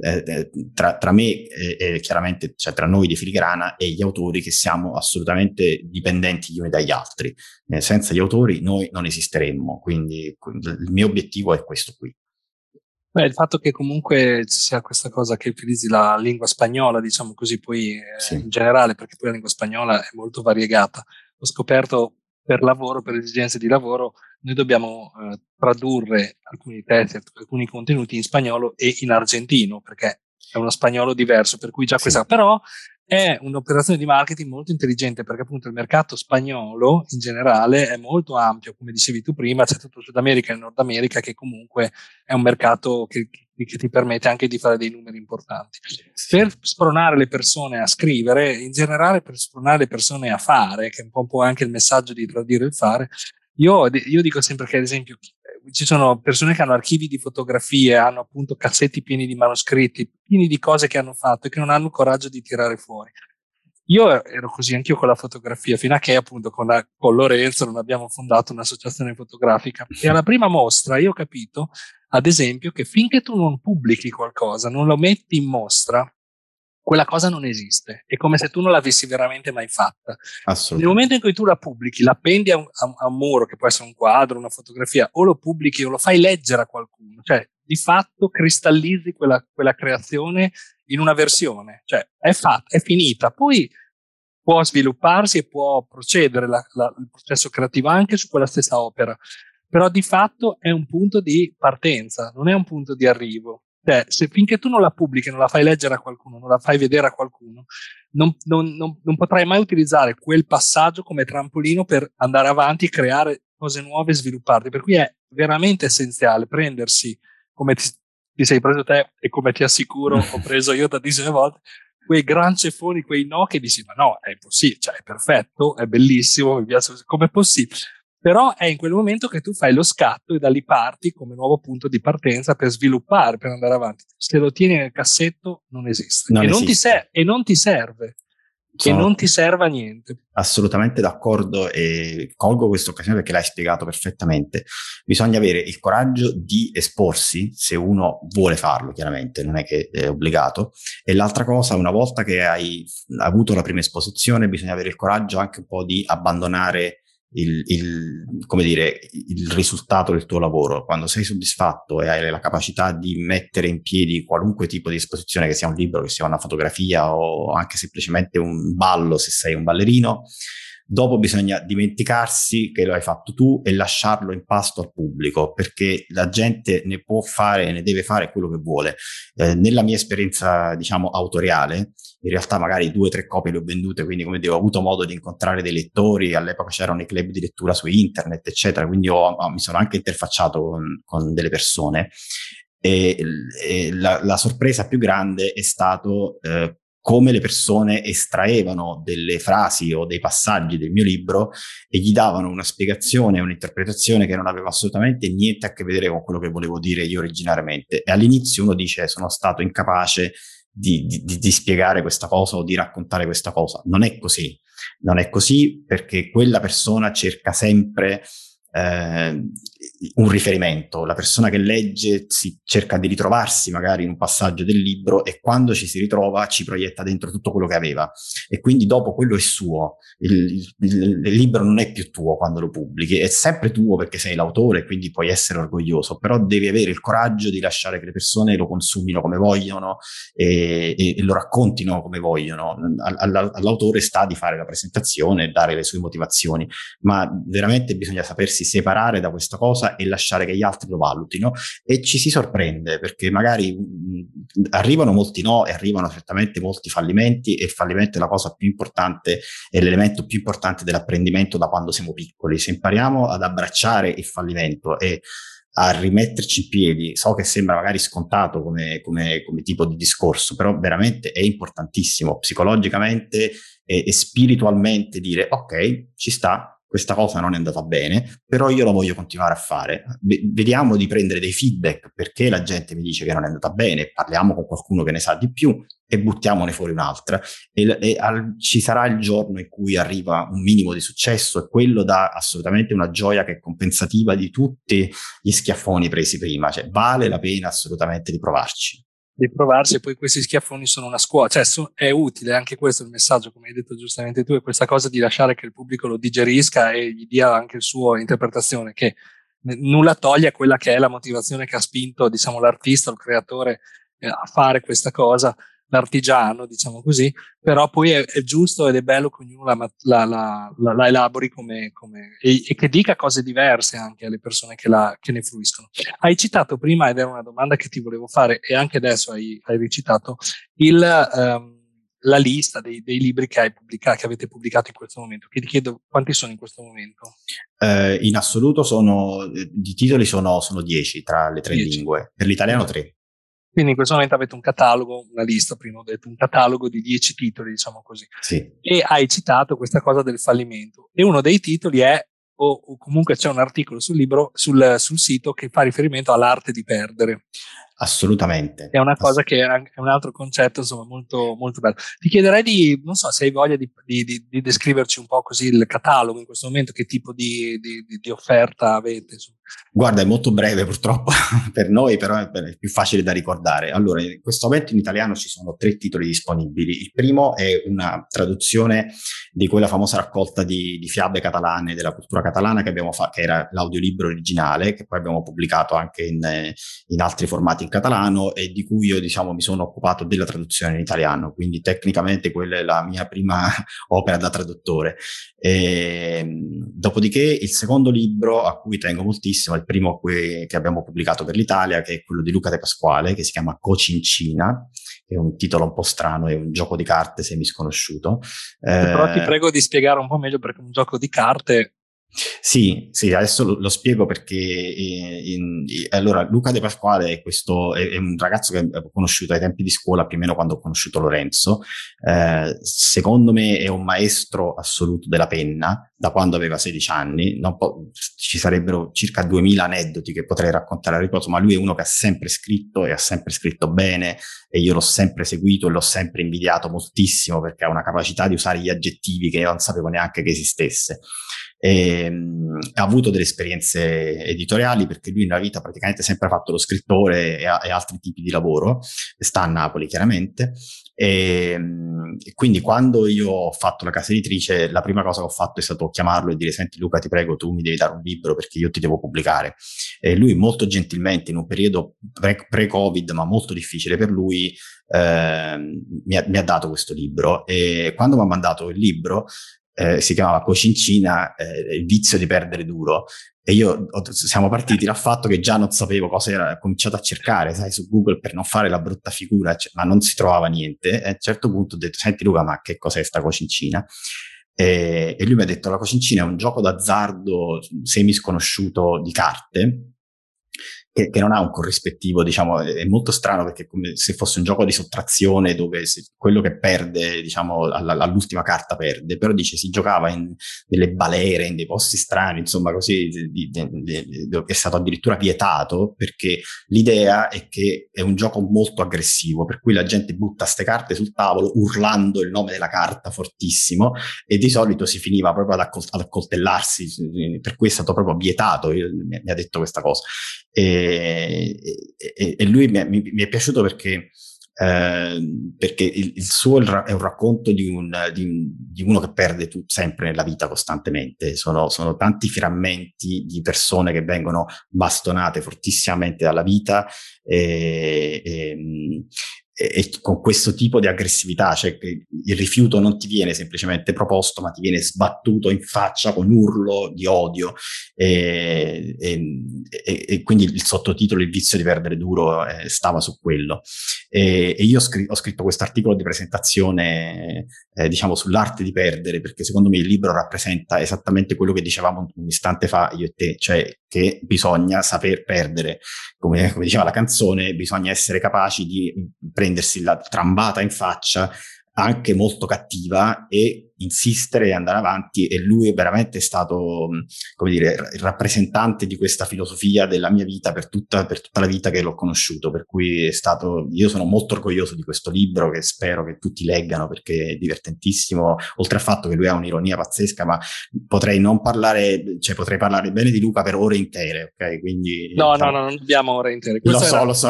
tra me e chiaramente, cioè tra noi di Filigrana e gli autori, che siamo assolutamente dipendenti gli uni dagli altri. Senza gli autori noi non esisteremmo, quindi il mio obiettivo è questo qui. Beh, il fatto che comunque ci sia questa cosa che utilizzi la lingua spagnola, diciamo così, poi Sì. in generale, perché poi la lingua spagnola è molto variegata. Ho scoperto per lavoro, per esigenze di lavoro, noi dobbiamo tradurre alcuni testi, alcuni contenuti in spagnolo e in argentino, perché è uno spagnolo diverso, per cui già Sì. questa. Però è un'operazione di marketing molto intelligente, perché appunto il mercato spagnolo in generale è molto ampio, come dicevi tu prima, c'è tutto il Sud America e il Nord America, che comunque è un mercato che ti permette anche di fare dei numeri importanti. Sì. Per spronare le persone a scrivere, in generale per spronare le persone a fare, che è un po' anche il messaggio di tradire il fare, io dico sempre che, ad esempio, ci sono persone che hanno archivi di fotografie, hanno appunto cassetti pieni di manoscritti, pieni di cose che hanno fatto e che non hanno il coraggio di tirare fuori. Io ero così anch'io con la fotografia, fino a che appunto con Lorenzo non abbiamo fondato un'associazione fotografica. E alla prima mostra io ho capito, ad esempio, che finché tu non pubblichi qualcosa, non lo metti in mostra, quella cosa non esiste. È come se tu non l'avessi veramente mai fatta. Nel momento in cui tu la pubblichi, la appendi a un muro, che può essere un quadro, una fotografia, o lo pubblichi o lo fai leggere a qualcuno, cioè di fatto cristallizzi quella creazione in una versione, cioè è fatta, è finita. Poi può svilupparsi e può procedere il processo creativo anche su quella stessa opera, però di fatto è un punto di partenza, non è un punto di arrivo. Cioè, finché tu non la pubblichi, non la fai leggere a qualcuno, non la fai vedere a qualcuno, non potrai mai utilizzare quel passaggio come trampolino per andare avanti, creare cose nuove e svilupparti. Per cui è veramente essenziale prendersi, come ti ti sei preso te e come ti assicuro ho preso io tantissime volte, quei gran ceffoni, quei no che dici ma no, è impossibile, cioè è perfetto, è bellissimo, mi piace, com'è possibile? Però è in quel momento che tu fai lo scatto e da lì parti come nuovo punto di partenza per sviluppare, per andare avanti. Se lo tieni nel cassetto non esiste. Non e, esiste. Non ti serve. Sono e non ti serve a niente. assolutamente d'accordo e colgo questa occasione perché l'hai spiegato perfettamente. Bisogna avere il coraggio di esporsi, se uno vuole farlo, chiaramente, non è che è obbligato. E l'altra cosa, una volta che hai avuto la prima esposizione, bisogna avere il coraggio anche un po' di abbandonare come dire, il risultato del tuo lavoro. Quando sei soddisfatto e hai la capacità di mettere in piedi qualunque tipo di esposizione, che sia un libro, che sia una fotografia o anche semplicemente un ballo, se sei un ballerino, dopo bisogna dimenticarsi che lo hai fatto tu e lasciarlo in pasto al pubblico, perché la gente ne può fare e ne deve fare quello che vuole. Nella mia esperienza, diciamo, autoriale, in realtà magari 2 o 3 copie le ho vendute, quindi come dire, ho avuto modo di incontrare dei lettori, all'epoca c'erano i club di lettura su internet, eccetera, quindi mi sono anche interfacciato con delle persone e la sorpresa più grande è stato come le persone estraevano delle frasi o dei passaggi del mio libro e gli davano una spiegazione, un'interpretazione che non aveva assolutamente niente a che vedere con quello che volevo dire io originariamente. E all'inizio uno dice sono stato incapace di spiegare questa cosa o di raccontare questa cosa. Non è così. Non è così perché quella persona cerca sempre un riferimento. La persona che legge cerca di ritrovarsi magari in un passaggio del libro e quando ci si ritrova ci proietta dentro tutto quello che aveva e quindi dopo quello è suo. Il libro non è più tuo quando lo pubblichi, è sempre tuo perché sei l'autore e quindi puoi essere orgoglioso, però devi avere il coraggio di lasciare che le persone lo consumino come vogliono e lo raccontino come vogliono. All'autore sta di fare la presentazione e dare le sue motivazioni, ma veramente bisogna sapersi separare da questa cosa e lasciare che gli altri lo valutino, e ci si sorprende perché magari arrivano molti no e arrivano certamente molti fallimenti, e il fallimento è la cosa più importante, è l'elemento più importante dell'apprendimento da quando siamo piccoli. Se impariamo ad abbracciare il fallimento e a rimetterci in piedi, so che sembra magari scontato come tipo di discorso, però veramente è importantissimo psicologicamente e spiritualmente dire ok, ci sta, questa cosa non è andata bene, però io la voglio continuare a fare. Vediamo di prendere dei feedback, perché la gente mi dice che non è andata bene, parliamo con qualcuno che ne sa di più e buttiamone fuori un'altra. Ci sarà il giorno in cui arriva un minimo di successo e quello dà assolutamente una gioia che è compensativa di tutti gli schiaffoni presi prima, cioè vale la pena assolutamente di provarci. Di provarsi, e poi questi schiaffoni sono una scuola, cioè è utile anche questo il messaggio, come hai detto giustamente tu, è questa cosa di lasciare che il pubblico lo digerisca e gli dia anche il suo interpretazione, che nulla toglie a quella che è la motivazione che ha spinto, diciamo, l'artista, il creatore a fare questa cosa, l'artigiano, diciamo così, però poi è giusto ed è bello che ognuno la elabori e che dica cose diverse anche alle persone che ne fruiscono. Hai citato prima, ed era una domanda che ti volevo fare, e anche adesso hai ricitato, la lista dei libri che avete pubblicato in questo momento, che ti chiedo quanti sono in questo momento. In assoluto di titoli sono 10 tra le 3 lingue, per l'italiano 3. Quindi in questo momento avete un catalogo, una lista, prima ho detto, un catalogo di 10 titoli, diciamo così. Sì. E hai citato questa cosa del fallimento. E uno dei titoli è, o comunque c'è un articolo sul libro, sul sito, che fa riferimento all'arte di perdere. Assolutamente. È una cosa che è un altro concetto, insomma, molto, molto bello. Ti chiederei non so se hai voglia di descriverci un po' così il catalogo in questo momento, che tipo di offerta avete, insomma. Guarda, è molto breve purtroppo per noi, però è più facile da ricordare. Allora, in questo momento in italiano ci sono 3 titoli disponibili. Il primo è una traduzione di quella famosa raccolta di fiabe catalane, della cultura catalana che abbiamo fatto, che era l'audiolibro originale, che poi abbiamo pubblicato anche in altri formati in catalano, e di cui io, diciamo, mi sono occupato della traduzione in italiano, quindi tecnicamente quella è la mia prima opera da traduttore. Dopodiché il secondo libro, a cui tengo moltissimo, è il primo che abbiamo pubblicato per l'Italia, che è quello di Luca De Pasquale, che si chiama Cocincina, che è un titolo un po' strano, è un gioco di carte semi sconosciuto. Però ti prego di spiegare un po' meglio, perché un gioco di carte Sì, sì, adesso lo spiego perché allora Luca De Pasquale è un ragazzo che ho conosciuto ai tempi di scuola, più o meno quando ho conosciuto Lorenzo. Secondo me è un maestro assoluto della penna da quando aveva 16 anni. Ci sarebbero circa 2000 aneddoti che potrei raccontare a riposo, ma lui è uno che ha sempre scritto e ha sempre scritto bene, e io l'ho sempre seguito e l'ho sempre invidiato moltissimo perché ha una capacità di usare gli aggettivi che io non sapevo neanche che esistesse. Ha avuto delle esperienze editoriali perché lui nella vita praticamente ha sempre fatto lo scrittore e altri tipi di lavoro. Sta a Napoli chiaramente, e quindi quando io ho fatto la casa editrice, la prima cosa che ho fatto è stato chiamarlo e dire: senti Luca, ti prego, tu mi devi dare un libro perché io ti devo pubblicare. E lui molto gentilmente, in un periodo pre-Covid ma molto difficile per lui, mi ha dato questo libro. E quando mi ha mandato il libro, si chiamava Cocincina, il vizio di perdere duro, e siamo partiti dal fatto che già non sapevo cosa era, ho cominciato a cercare, sai, su Google per non fare la brutta figura, ma non si trovava niente, e a un certo punto ho detto: senti Luca, ma che cos'è sta Cocincina? E lui mi ha detto: la Cocincina è un gioco d'azzardo semi sconosciuto di carte, che non ha un corrispettivo, diciamo. È molto strano perché è come se fosse un gioco di sottrazione dove quello che perde, diciamo, all'ultima carta perde, però dice si giocava in delle balere, in dei posti strani, insomma così, è stato addirittura vietato perché l'idea è che è un gioco molto aggressivo, per cui la gente butta ste carte sul tavolo urlando il nome della carta fortissimo, e di solito si finiva proprio ad accoltellarsi, per cui è stato proprio vietato. Mi ha detto questa cosa. E lui mi è piaciuto perché il suo è un racconto di uno che perde sempre nella vita costantemente. Sono tanti frammenti di persone che vengono bastonate fortissimamente dalla vita, e con questo tipo di aggressività, cioè che il rifiuto non ti viene semplicemente proposto, ma ti viene sbattuto in faccia con urlo di odio, e quindi il sottotitolo Il vizio di perdere duro stava su quello. E io ho scritto questo articolo di presentazione, diciamo, sull'arte di perdere, perché secondo me il libro rappresenta esattamente quello che dicevamo un istante fa io e te, cioè che bisogna saper perdere. Come diceva la canzone, bisogna essere capaci di prendersi la trambata in faccia, anche molto cattiva, e insistere e andare avanti. E lui è veramente stato, come dire, il rappresentante di questa filosofia della mia vita per tutta la vita che l'ho conosciuto, per cui io sono molto orgoglioso di questo libro, che spero che tutti leggano perché è divertentissimo, oltre al fatto che lui ha un'ironia pazzesca. Ma potrei potrei parlare bene di Luca per ore intere, ok? Quindi no, non abbiamo ore intere. Lo so.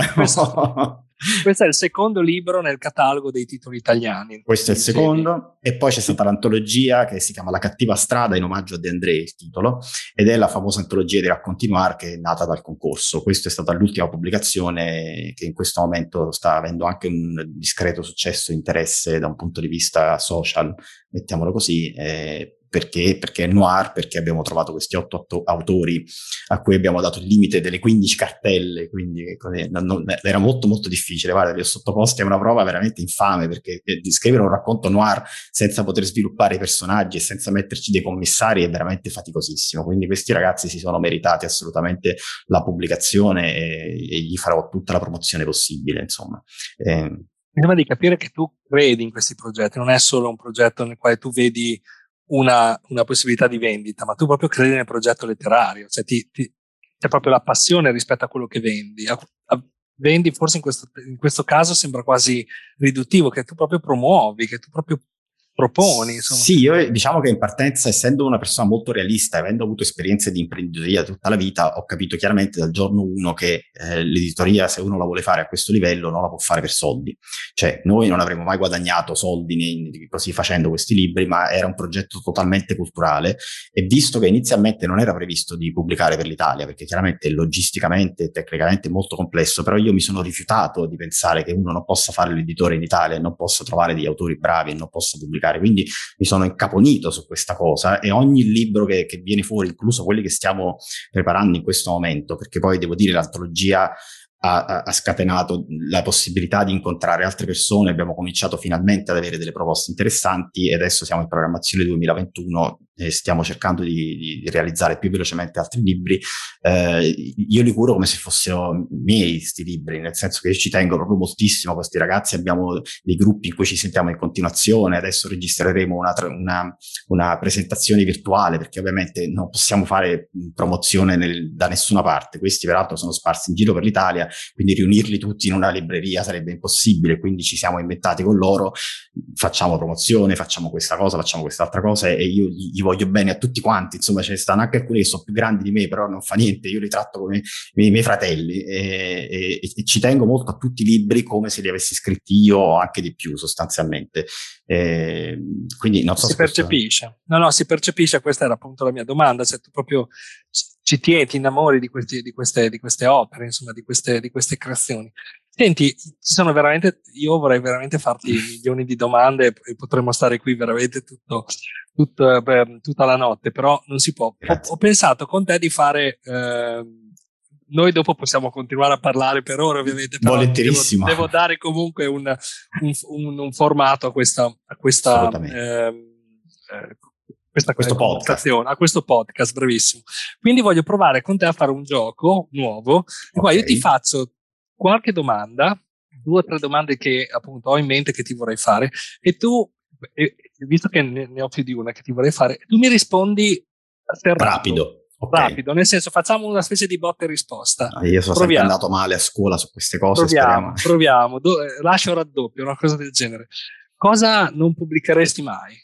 Questo è il secondo libro nel catalogo dei titoli italiani. Questo è il secondo, e poi c'è stata l'antologia che si chiama La cattiva strada, in omaggio a De André, il titolo, ed è la famosa antologia di racconti noir che è nata dal concorso. Questa è stata l'ultima pubblicazione, che in questo momento sta avendo anche un discreto successo e interesse da un punto di vista social, mettiamolo così. Perché è noir, perché abbiamo trovato questi 8 autori a cui abbiamo dato il limite delle 15 cartelle, quindi era molto molto difficile. Guarda, li ho sottoposti a una prova veramente infame, perché di scrivere un racconto noir senza poter sviluppare i personaggi e senza metterci dei commissari è veramente faticosissimo. Quindi questi ragazzi si sono meritati assolutamente la pubblicazione, e gli farò tutta la promozione possibile, insomma. Prima di capire che tu credi in questi progetti, non è solo un progetto nel quale tu vedi una possibilità di vendita, ma tu proprio credi nel progetto letterario, cioè c'è proprio la passione rispetto a quello che vendi. Vendi, forse in questo caso sembra quasi riduttivo, che tu proprio promuovi, che tu proprio proponi, insomma. Sì, io diciamo che in partenza, essendo una persona molto realista, avendo avuto esperienze di imprenditoria tutta la vita, ho capito chiaramente dal giorno uno che l'editoria, se uno la vuole fare a questo livello, non la può fare per soldi. Cioè, noi non avremmo mai guadagnato soldi così facendo questi libri, ma era un progetto totalmente culturale, e visto che inizialmente non era previsto di pubblicare per l'Italia, perché chiaramente logisticamente e tecnicamente è molto complesso, però io mi sono rifiutato di pensare che uno non possa fare l'editore in Italia e non possa trovare degli autori bravi e non possa pubblicare. Quindi mi sono incaponito su questa cosa, e ogni libro che viene fuori, incluso quelli che stiamo preparando in questo momento, perché poi devo dire l'antologia ha scatenato la possibilità di incontrare altre persone. Abbiamo cominciato finalmente ad avere delle proposte interessanti, e adesso siamo in programmazione 2021. e stiamo cercando di realizzare più velocemente altri libri, io li curo come se fossero miei sti libri, nel senso che io ci tengo proprio moltissimo a questi ragazzi, abbiamo dei gruppi in cui ci sentiamo in continuazione, adesso registreremo una presentazione virtuale, perché ovviamente non possiamo fare promozione da nessuna parte, questi peraltro sono sparsi in giro per l'Italia, quindi riunirli tutti in una libreria sarebbe impossibile, quindi ci siamo inventati con loro, facciamo promozione, facciamo questa cosa, facciamo quest'altra cosa, e io gli voglio bene a tutti quanti, insomma ce ne stanno anche alcuni che sono più grandi di me, però non fa niente, io li tratto come i miei fratelli, e ci tengo molto a tutti i libri come se li avessi scritti io o anche di più sostanzialmente, quindi non so si percepisce. No, si percepisce, questa era appunto la mia domanda, se tu proprio ci tieni, ti innamori di queste opere, insomma, di queste creazioni. Senti, io vorrei veramente farti milioni di domande e potremmo stare qui veramente tutta la notte, però non si può. Ho pensato con te di fare, noi dopo possiamo continuare a parlare per ore, ovviamente, però volentierissimo. Devo dare comunque un formato a questo podcast. A questo podcast, bravissimo. Quindi voglio provare con te a fare un gioco nuovo, e poi io ti faccio qualche domanda, 2 o 3 domande che appunto ho in mente che ti vorrei fare, e tu, visto che ne ho più di una che ti vorrei fare, tu mi rispondi rapido. Okay. Rapido, nel senso, facciamo una specie di botta e risposta. Io sono sempre andato male a scola su queste cose. Proviamo. Lascio raddoppio, una cosa del genere. Cosa non pubblicheresti mai?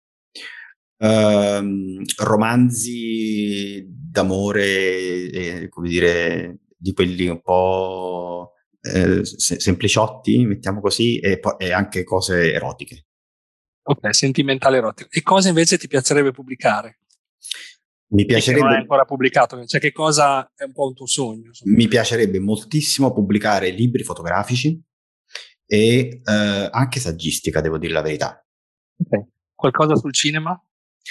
Romanzi d'amore, come dire, di quelli un po' sempliciotti, mettiamo così, e anche cose erotiche. Ok, sentimentale erotico. E cosa invece ti piacerebbe pubblicare? Mi piacerebbe, non è ancora pubblicato, cioè che cosa è un po' un tuo sogno? Insomma. Mi piacerebbe moltissimo pubblicare libri fotografici e anche saggistica, devo dire la verità. Okay. Qualcosa sul cinema?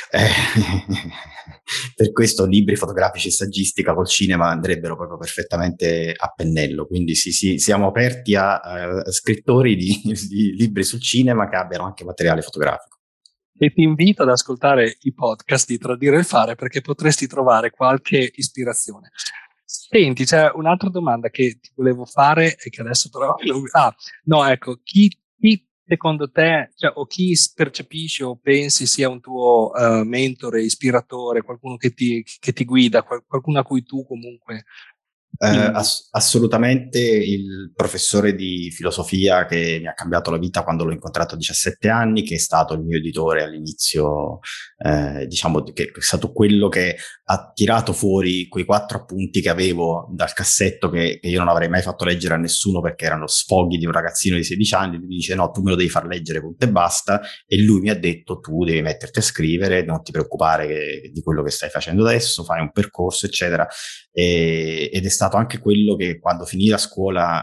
Per questo libri fotografici e saggistica col cinema andrebbero proprio perfettamente a pennello, quindi sì, siamo aperti a scrittori di libri sul cinema che abbiano anche materiale fotografico. E ti invito ad ascoltare i podcast di Tradire il Fare, perché potresti trovare qualche ispirazione. Senti, c'è un'altra domanda che ti volevo fare e che adesso però... chi secondo te, cioè, o chi percepisci o pensi sia un tuo mentore, ispiratore, qualcuno che ti guida, qualcuno a cui tu comunque... Assolutamente il professore di filosofia che mi ha cambiato la vita quando l'ho incontrato a 17 anni, che è stato il mio editore all'inizio, diciamo che è stato quello che ha tirato fuori quei 4 appunti che avevo dal cassetto che io non avrei mai fatto leggere a nessuno perché erano sfoghi di un ragazzino di 16 anni. Lui dice no, tu me lo devi far leggere, punto e basta, e lui mi ha detto tu devi metterti a scrivere, non ti preoccupare di quello che stai facendo adesso, fai un percorso eccetera, ed è stato anche quello che quando finì la scuola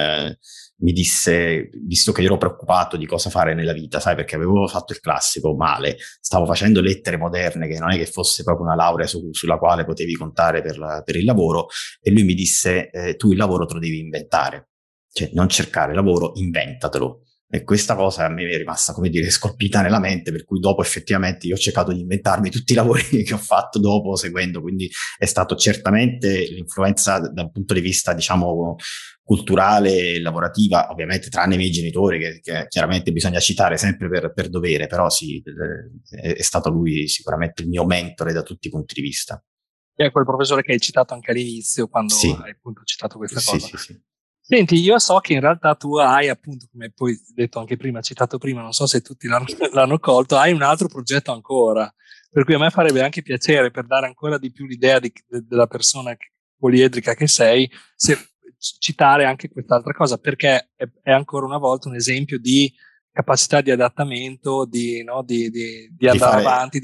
mi disse, visto che io ero preoccupato di cosa fare nella vita, sai, perché avevo fatto il classico male, stavo facendo lettere moderne che non è che fosse proprio una laurea sulla quale potevi contare per il lavoro, e lui mi disse tu il lavoro te lo devi inventare, cioè non cercare lavoro, inventatelo. E questa cosa a me è rimasta, come dire, scolpita nella mente, per cui dopo effettivamente io ho cercato di inventarmi tutti i lavori che ho fatto dopo seguendo, quindi è stato certamente l'influenza dal punto di vista, diciamo, culturale e lavorativa, ovviamente tranne i miei genitori che chiaramente bisogna citare sempre per dovere, però sì, è stato lui sicuramente il mio mentore da tutti i punti di vista. È quel professore che hai citato anche all'inizio quando hai appunto citato questa cosa. Sì. Senti, io so che in realtà tu hai appunto, come poi detto anche prima, citato prima, non so se tutti l'hanno colto, hai un altro progetto ancora, per cui a me farebbe anche piacere, per dare ancora di più l'idea della persona poliedrica che sei, se citare anche quest'altra cosa, perché è ancora una volta un esempio di capacità di adattamento, di andare avanti,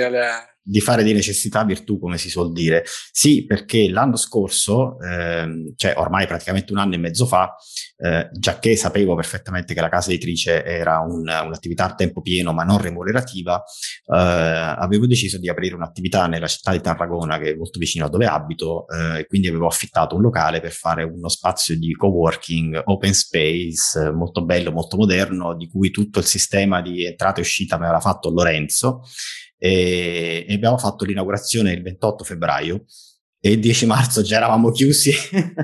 di fare di necessità virtù, come si suol dire. Sì, perché l'anno scorso, cioè ormai praticamente un anno e mezzo fa, giacché sapevo perfettamente che la casa editrice era un'attività a tempo pieno ma non remunerativa, avevo deciso di aprire un'attività nella città di Tarragona, che è molto vicino a dove abito, e quindi avevo affittato un locale per fare uno spazio di coworking, open space, molto bello, molto moderno, di cui tutto il sistema di entrata e uscita me l'ha fatto Lorenzo. e abbiamo fatto l'inaugurazione il 28 febbraio e il 10 marzo già eravamo chiusi.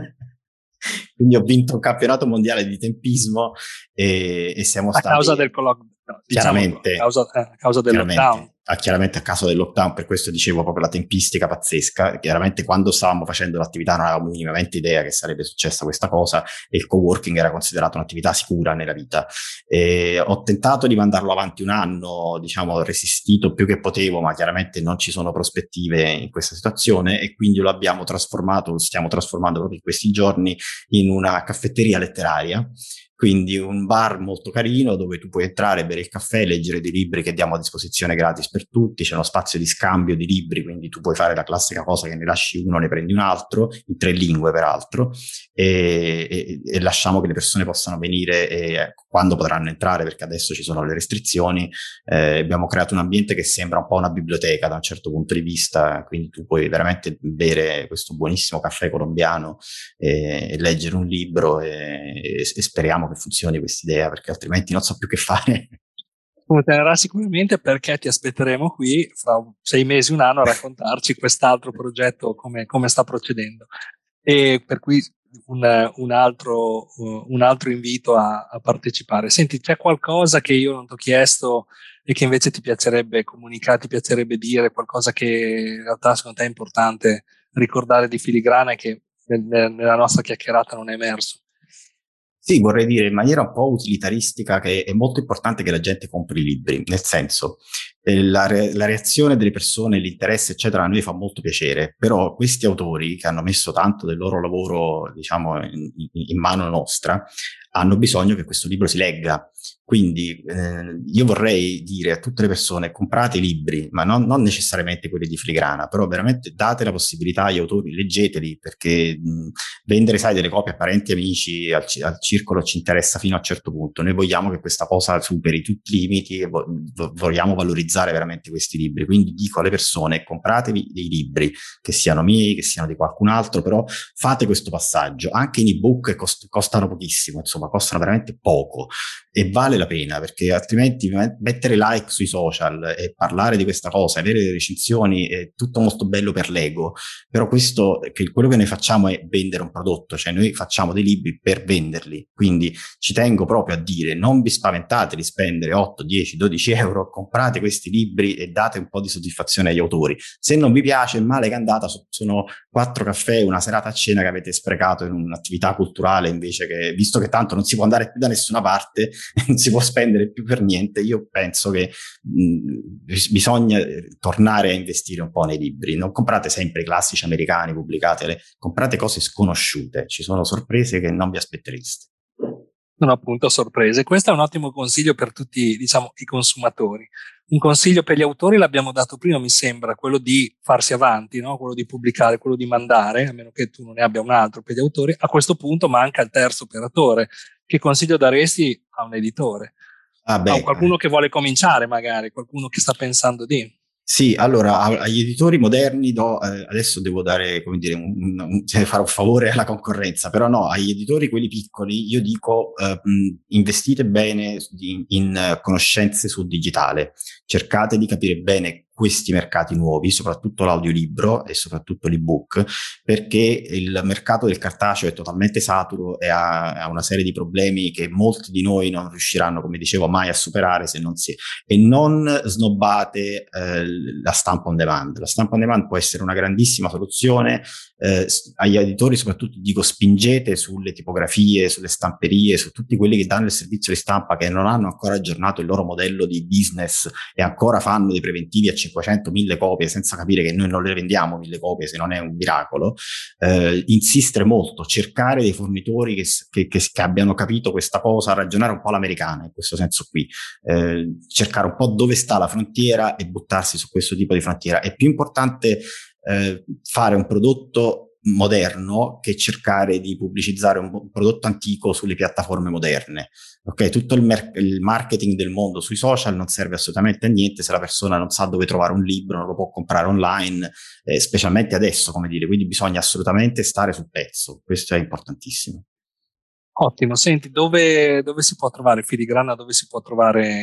Quindi ho vinto un campionato mondiale di tempismo e siamo A causa stati del no, diciamo chiaramente, a causa del lockdown. chiaramente a causa del lockdown, per questo dicevo proprio la tempistica pazzesca. Chiaramente quando stavamo facendo l'attività non avevamo minimamente idea che sarebbe successa questa cosa e il coworking era considerato un'attività sicura nella vita. E ho tentato di mandarlo avanti un anno, diciamo, ho resistito più che potevo, ma chiaramente non ci sono prospettive in questa situazione e quindi lo abbiamo trasformato, lo stiamo trasformando proprio in questi giorni in una caffetteria letteraria. Quindi un bar molto carino dove tu puoi entrare, bere il caffè, leggere dei libri che diamo a disposizione gratis per tutti, c'è uno spazio di scambio di libri, quindi tu puoi fare la classica cosa che ne lasci uno, ne prendi un altro, in 3 lingue peraltro, e lasciamo che le persone possano venire e quando potranno entrare, perché adesso ci sono le restrizioni, abbiamo creato un ambiente che sembra un po' una biblioteca da un certo punto di vista, quindi tu puoi veramente bere questo buonissimo caffè colombiano e leggere un libro e speriamo che funzioni questa idea, perché altrimenti non so più che fare. Funzionerà sicuramente, perché ti aspetteremo qui fra 6 mesi, un anno, a raccontarci quest'altro progetto come sta procedendo. E per cui un altro invito a partecipare. Senti, c'è qualcosa che io non ti ho chiesto e che invece ti piacerebbe comunicare, ti piacerebbe dire, qualcosa che in realtà secondo te è importante ricordare di Filigrana e che nella nostra chiacchierata non è emerso? Sì, vorrei dire in maniera un po' utilitaristica che è molto importante che la gente compri libri, nel senso la reazione delle persone, l'interesse, eccetera, a noi fa molto piacere, però questi autori che hanno messo tanto del loro lavoro, diciamo, in mano nostra, hanno bisogno che questo libro si legga. Quindi io vorrei dire a tutte le persone: comprate i libri, ma non necessariamente quelli di Filigrana, però veramente date la possibilità agli autori, leggeteli, perché vendere, sai, delle copie a parenti e amici, al circolo ci interessa fino a un certo punto. Noi vogliamo che questa cosa superi tutti i limiti e vogliamo valorizzare veramente questi libri. Quindi dico alle persone: compratevi dei libri, che siano miei, che siano di qualcun altro, però fate questo passaggio. Anche in ebook costano pochissimo, insomma, costano veramente poco e vale la pena, perché altrimenti mettere like sui social e parlare di questa cosa, avere le recensioni è tutto molto bello per l'ego, però quello che noi facciamo è vendere un prodotto, cioè noi facciamo dei libri per venderli, quindi ci tengo proprio a dire: non vi spaventate di spendere 8, 10, 12 euro, comprate questi libri e date un po' di soddisfazione agli autori. Se non vi piace, male che è andata, sono 4 caffè, una serata a cena che avete sprecato in un'attività culturale, invece che, visto che tanto non si può andare più da nessuna parte, non si può spendere più per niente, io penso che bisogna tornare a investire un po' nei libri. Non comprate sempre i classici americani pubblicate, comprate cose sconosciute, ci sono sorprese che non vi aspettereste. Sono appunto sorprese. Questo è un ottimo consiglio per tutti, diciamo, i consumatori. Un consiglio per gli autori l'abbiamo dato prima, mi sembra, quello di farsi avanti, no? Quello di pubblicare, quello di mandare, a meno che tu non ne abbia un altro per gli autori. A questo punto manca il terzo operatore. Che consiglio daresti a un editore? Ah, beh, A qualcuno che vuole cominciare, magari, qualcuno che sta pensando di... Sì, allora agli editori moderni adesso devo dare, come dire, cioè fare un favore alla concorrenza, però no, agli editori quelli piccoli io dico investite bene in conoscenze sul digitale, cercate di capire bene questi mercati nuovi, soprattutto l'audiolibro e soprattutto l'ebook, perché il mercato del cartaceo è totalmente saturo e ha una serie di problemi che molti di noi non riusciranno, come dicevo, mai a superare se non si... E non snobbate la stampa on demand. La stampa on demand può essere una grandissima soluzione. Agli editori soprattutto dico: spingete sulle tipografie, sulle stamperie, su tutti quelli che danno il servizio di stampa, che non hanno ancora aggiornato il loro modello di business e ancora fanno dei preventivi a 500.000 copie senza capire che noi non le vendiamo 1.000 copie se non è un miracolo. Insistere molto, cercare dei fornitori che abbiano capito questa cosa, ragionare un po' all'americana in questo senso qui, cercare un po' dove sta la frontiera e buttarsi su questo tipo di frontiera. È più importante fare un prodotto moderno che cercare di pubblicizzare un prodotto antico sulle piattaforme moderne. Ok, tutto il marketing del mondo sui social non serve assolutamente a niente se la persona non sa dove trovare un libro, non lo può comprare online, specialmente adesso, come dire, quindi bisogna assolutamente stare sul pezzo, questo è importantissimo. Ottimo, senti, dove si può trovare Filigrana, dove si può trovare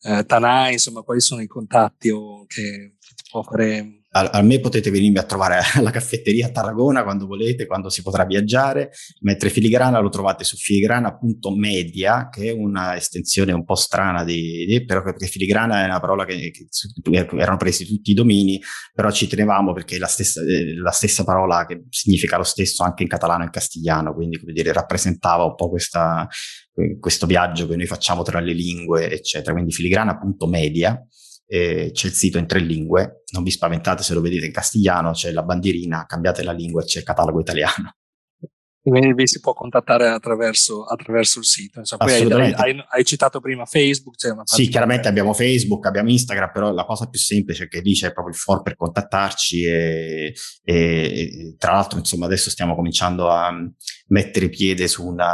Tanai, insomma, quali sono i contatti che ti può fare? A me potete venirmi a trovare alla caffetteria a Tarragona quando volete, quando si potrà viaggiare, mentre Filigrana lo trovate su filigrana.media, che è una estensione un po' strana però perché Filigrana è una parola che erano presi tutti i domini, però ci tenevamo perché è la stessa parola che significa lo stesso anche in catalano e in castigliano, quindi come dire rappresentava un po' questo viaggio che noi facciamo tra le lingue, eccetera. Quindi filigrana.media. C'è il sito in 3 lingue, non vi spaventate se lo vedete in castigliano, c'è la bandierina, cambiate la lingua e c'è il catalogo italiano. Quindi vi si può contattare attraverso il sito. Insomma, poi hai citato prima Facebook. Sì, chiaramente abbiamo Facebook, abbiamo Instagram, però la cosa più semplice è che lì c'è proprio il form per contattarci e tra l'altro insomma adesso stiamo cominciando a mettere piede su un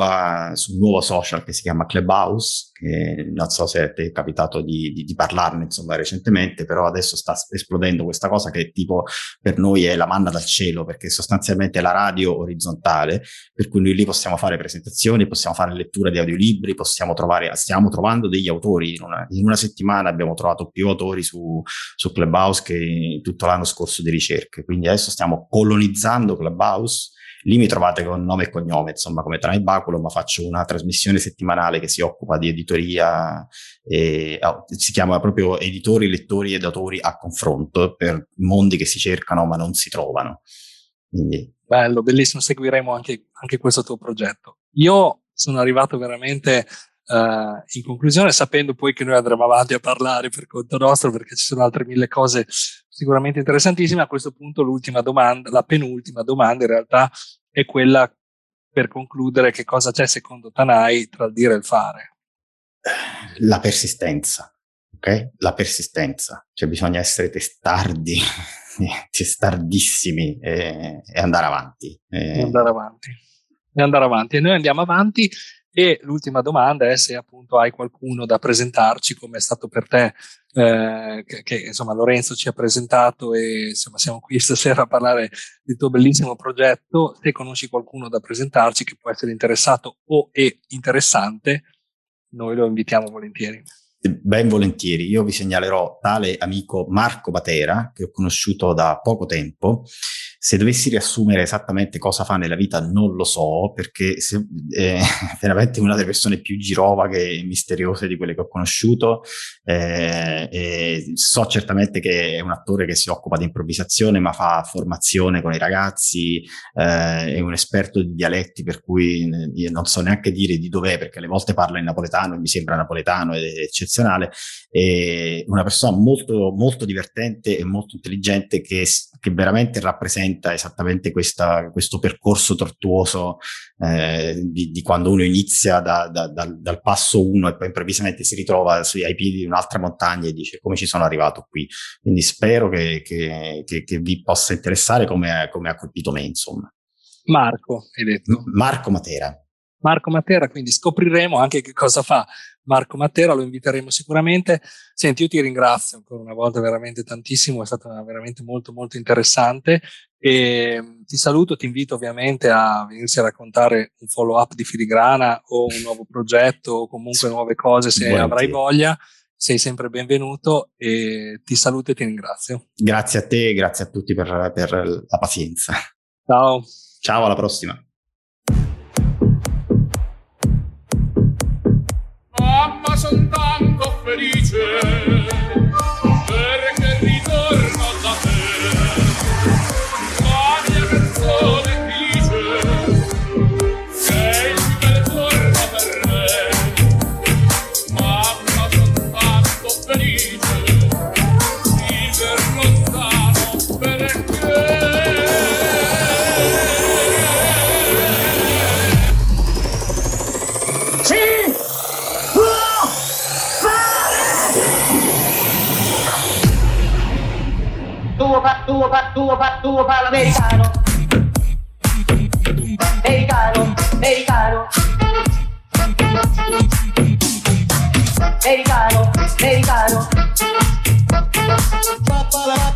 nuovo social che si chiama Clubhouse, che non so se ti è capitato di parlarne insomma recentemente, però adesso sta esplodendo questa cosa che tipo per noi è la manna dal cielo, perché sostanzialmente è la radio orizzontale, per cui noi lì possiamo fare presentazioni, possiamo fare lettura di audiolibri, stiamo trovando degli autori. In una settimana abbiamo trovato più autori su Clubhouse che tutto l'anno scorso di ricerche, quindi adesso stiamo colonizzando Clubhouse. Lì mi trovate con nome e cognome, insomma, come Tanai Baculo, ma faccio una trasmissione settimanale che si occupa di editoria, si chiama proprio Editori, Lettori ed Autori a confronto, per mondi che si cercano ma non si trovano. Quindi bello, bellissimo, seguiremo anche questo tuo progetto. Io sono arrivato veramente in conclusione, sapendo poi che noi andremo avanti a parlare per conto nostro, perché ci sono altre 1000 cose sicuramente interessantissime. A questo punto l'ultima domanda, la penultima domanda in realtà è quella per concludere: che cosa c'è secondo Tanai tra il dire e il fare? La persistenza, ok? La persistenza, cioè bisogna essere testardissimi e andare avanti. E andare avanti. E noi andiamo avanti. E l'ultima domanda è se appunto hai qualcuno da presentarci, come è stato per te, che insomma Lorenzo ci ha presentato, e insomma siamo qui stasera a parlare del tuo bellissimo progetto. Se conosci qualcuno da presentarci che può essere interessato o è interessante, noi lo invitiamo volentieri. Ben volentieri, io vi segnalerò tale amico Marco Matera, che ho conosciuto da poco tempo. Se dovessi riassumere esattamente cosa fa nella vita non lo so, perché è veramente una delle persone più girovaghe e misteriose di quelle che ho conosciuto. So certamente che è un attore che si occupa di improvvisazione, ma fa formazione con i ragazzi, è un esperto di dialetti, per cui io non so neanche dire di dov'è, perché alle volte parla in napoletano e mi sembra napoletano ed è eccezionale. È una persona molto, molto divertente e molto intelligente che veramente rappresenta esattamente questo percorso tortuoso di quando uno inizia dal passo 1 e poi improvvisamente si ritrova ai piedi di un'altra montagna e dice: come ci sono arrivato qui? Quindi spero che vi possa interessare come ha colpito me, insomma. Marco, hai detto? Marco Matera, quindi scopriremo anche che cosa fa Marco Matera, lo inviteremo sicuramente. Senti, io ti ringrazio ancora una volta veramente tantissimo, è stata veramente molto molto interessante, e ti saluto, ti invito ovviamente a venirsi a raccontare un follow up di Filigrana o un nuovo progetto o comunque nuove cose, se avrai voglia. Sei sempre benvenuto, e ti saluto e ti ringrazio. Grazie a te e grazie a tutti per la pazienza. Ciao, alla prossima. Mamma, son tanto felice perché ritorno da te. La mia canzone ti dice che è il più bel giorno per me. Mamma, son tanto felice viver lontano perché tuo parla americano. Americano.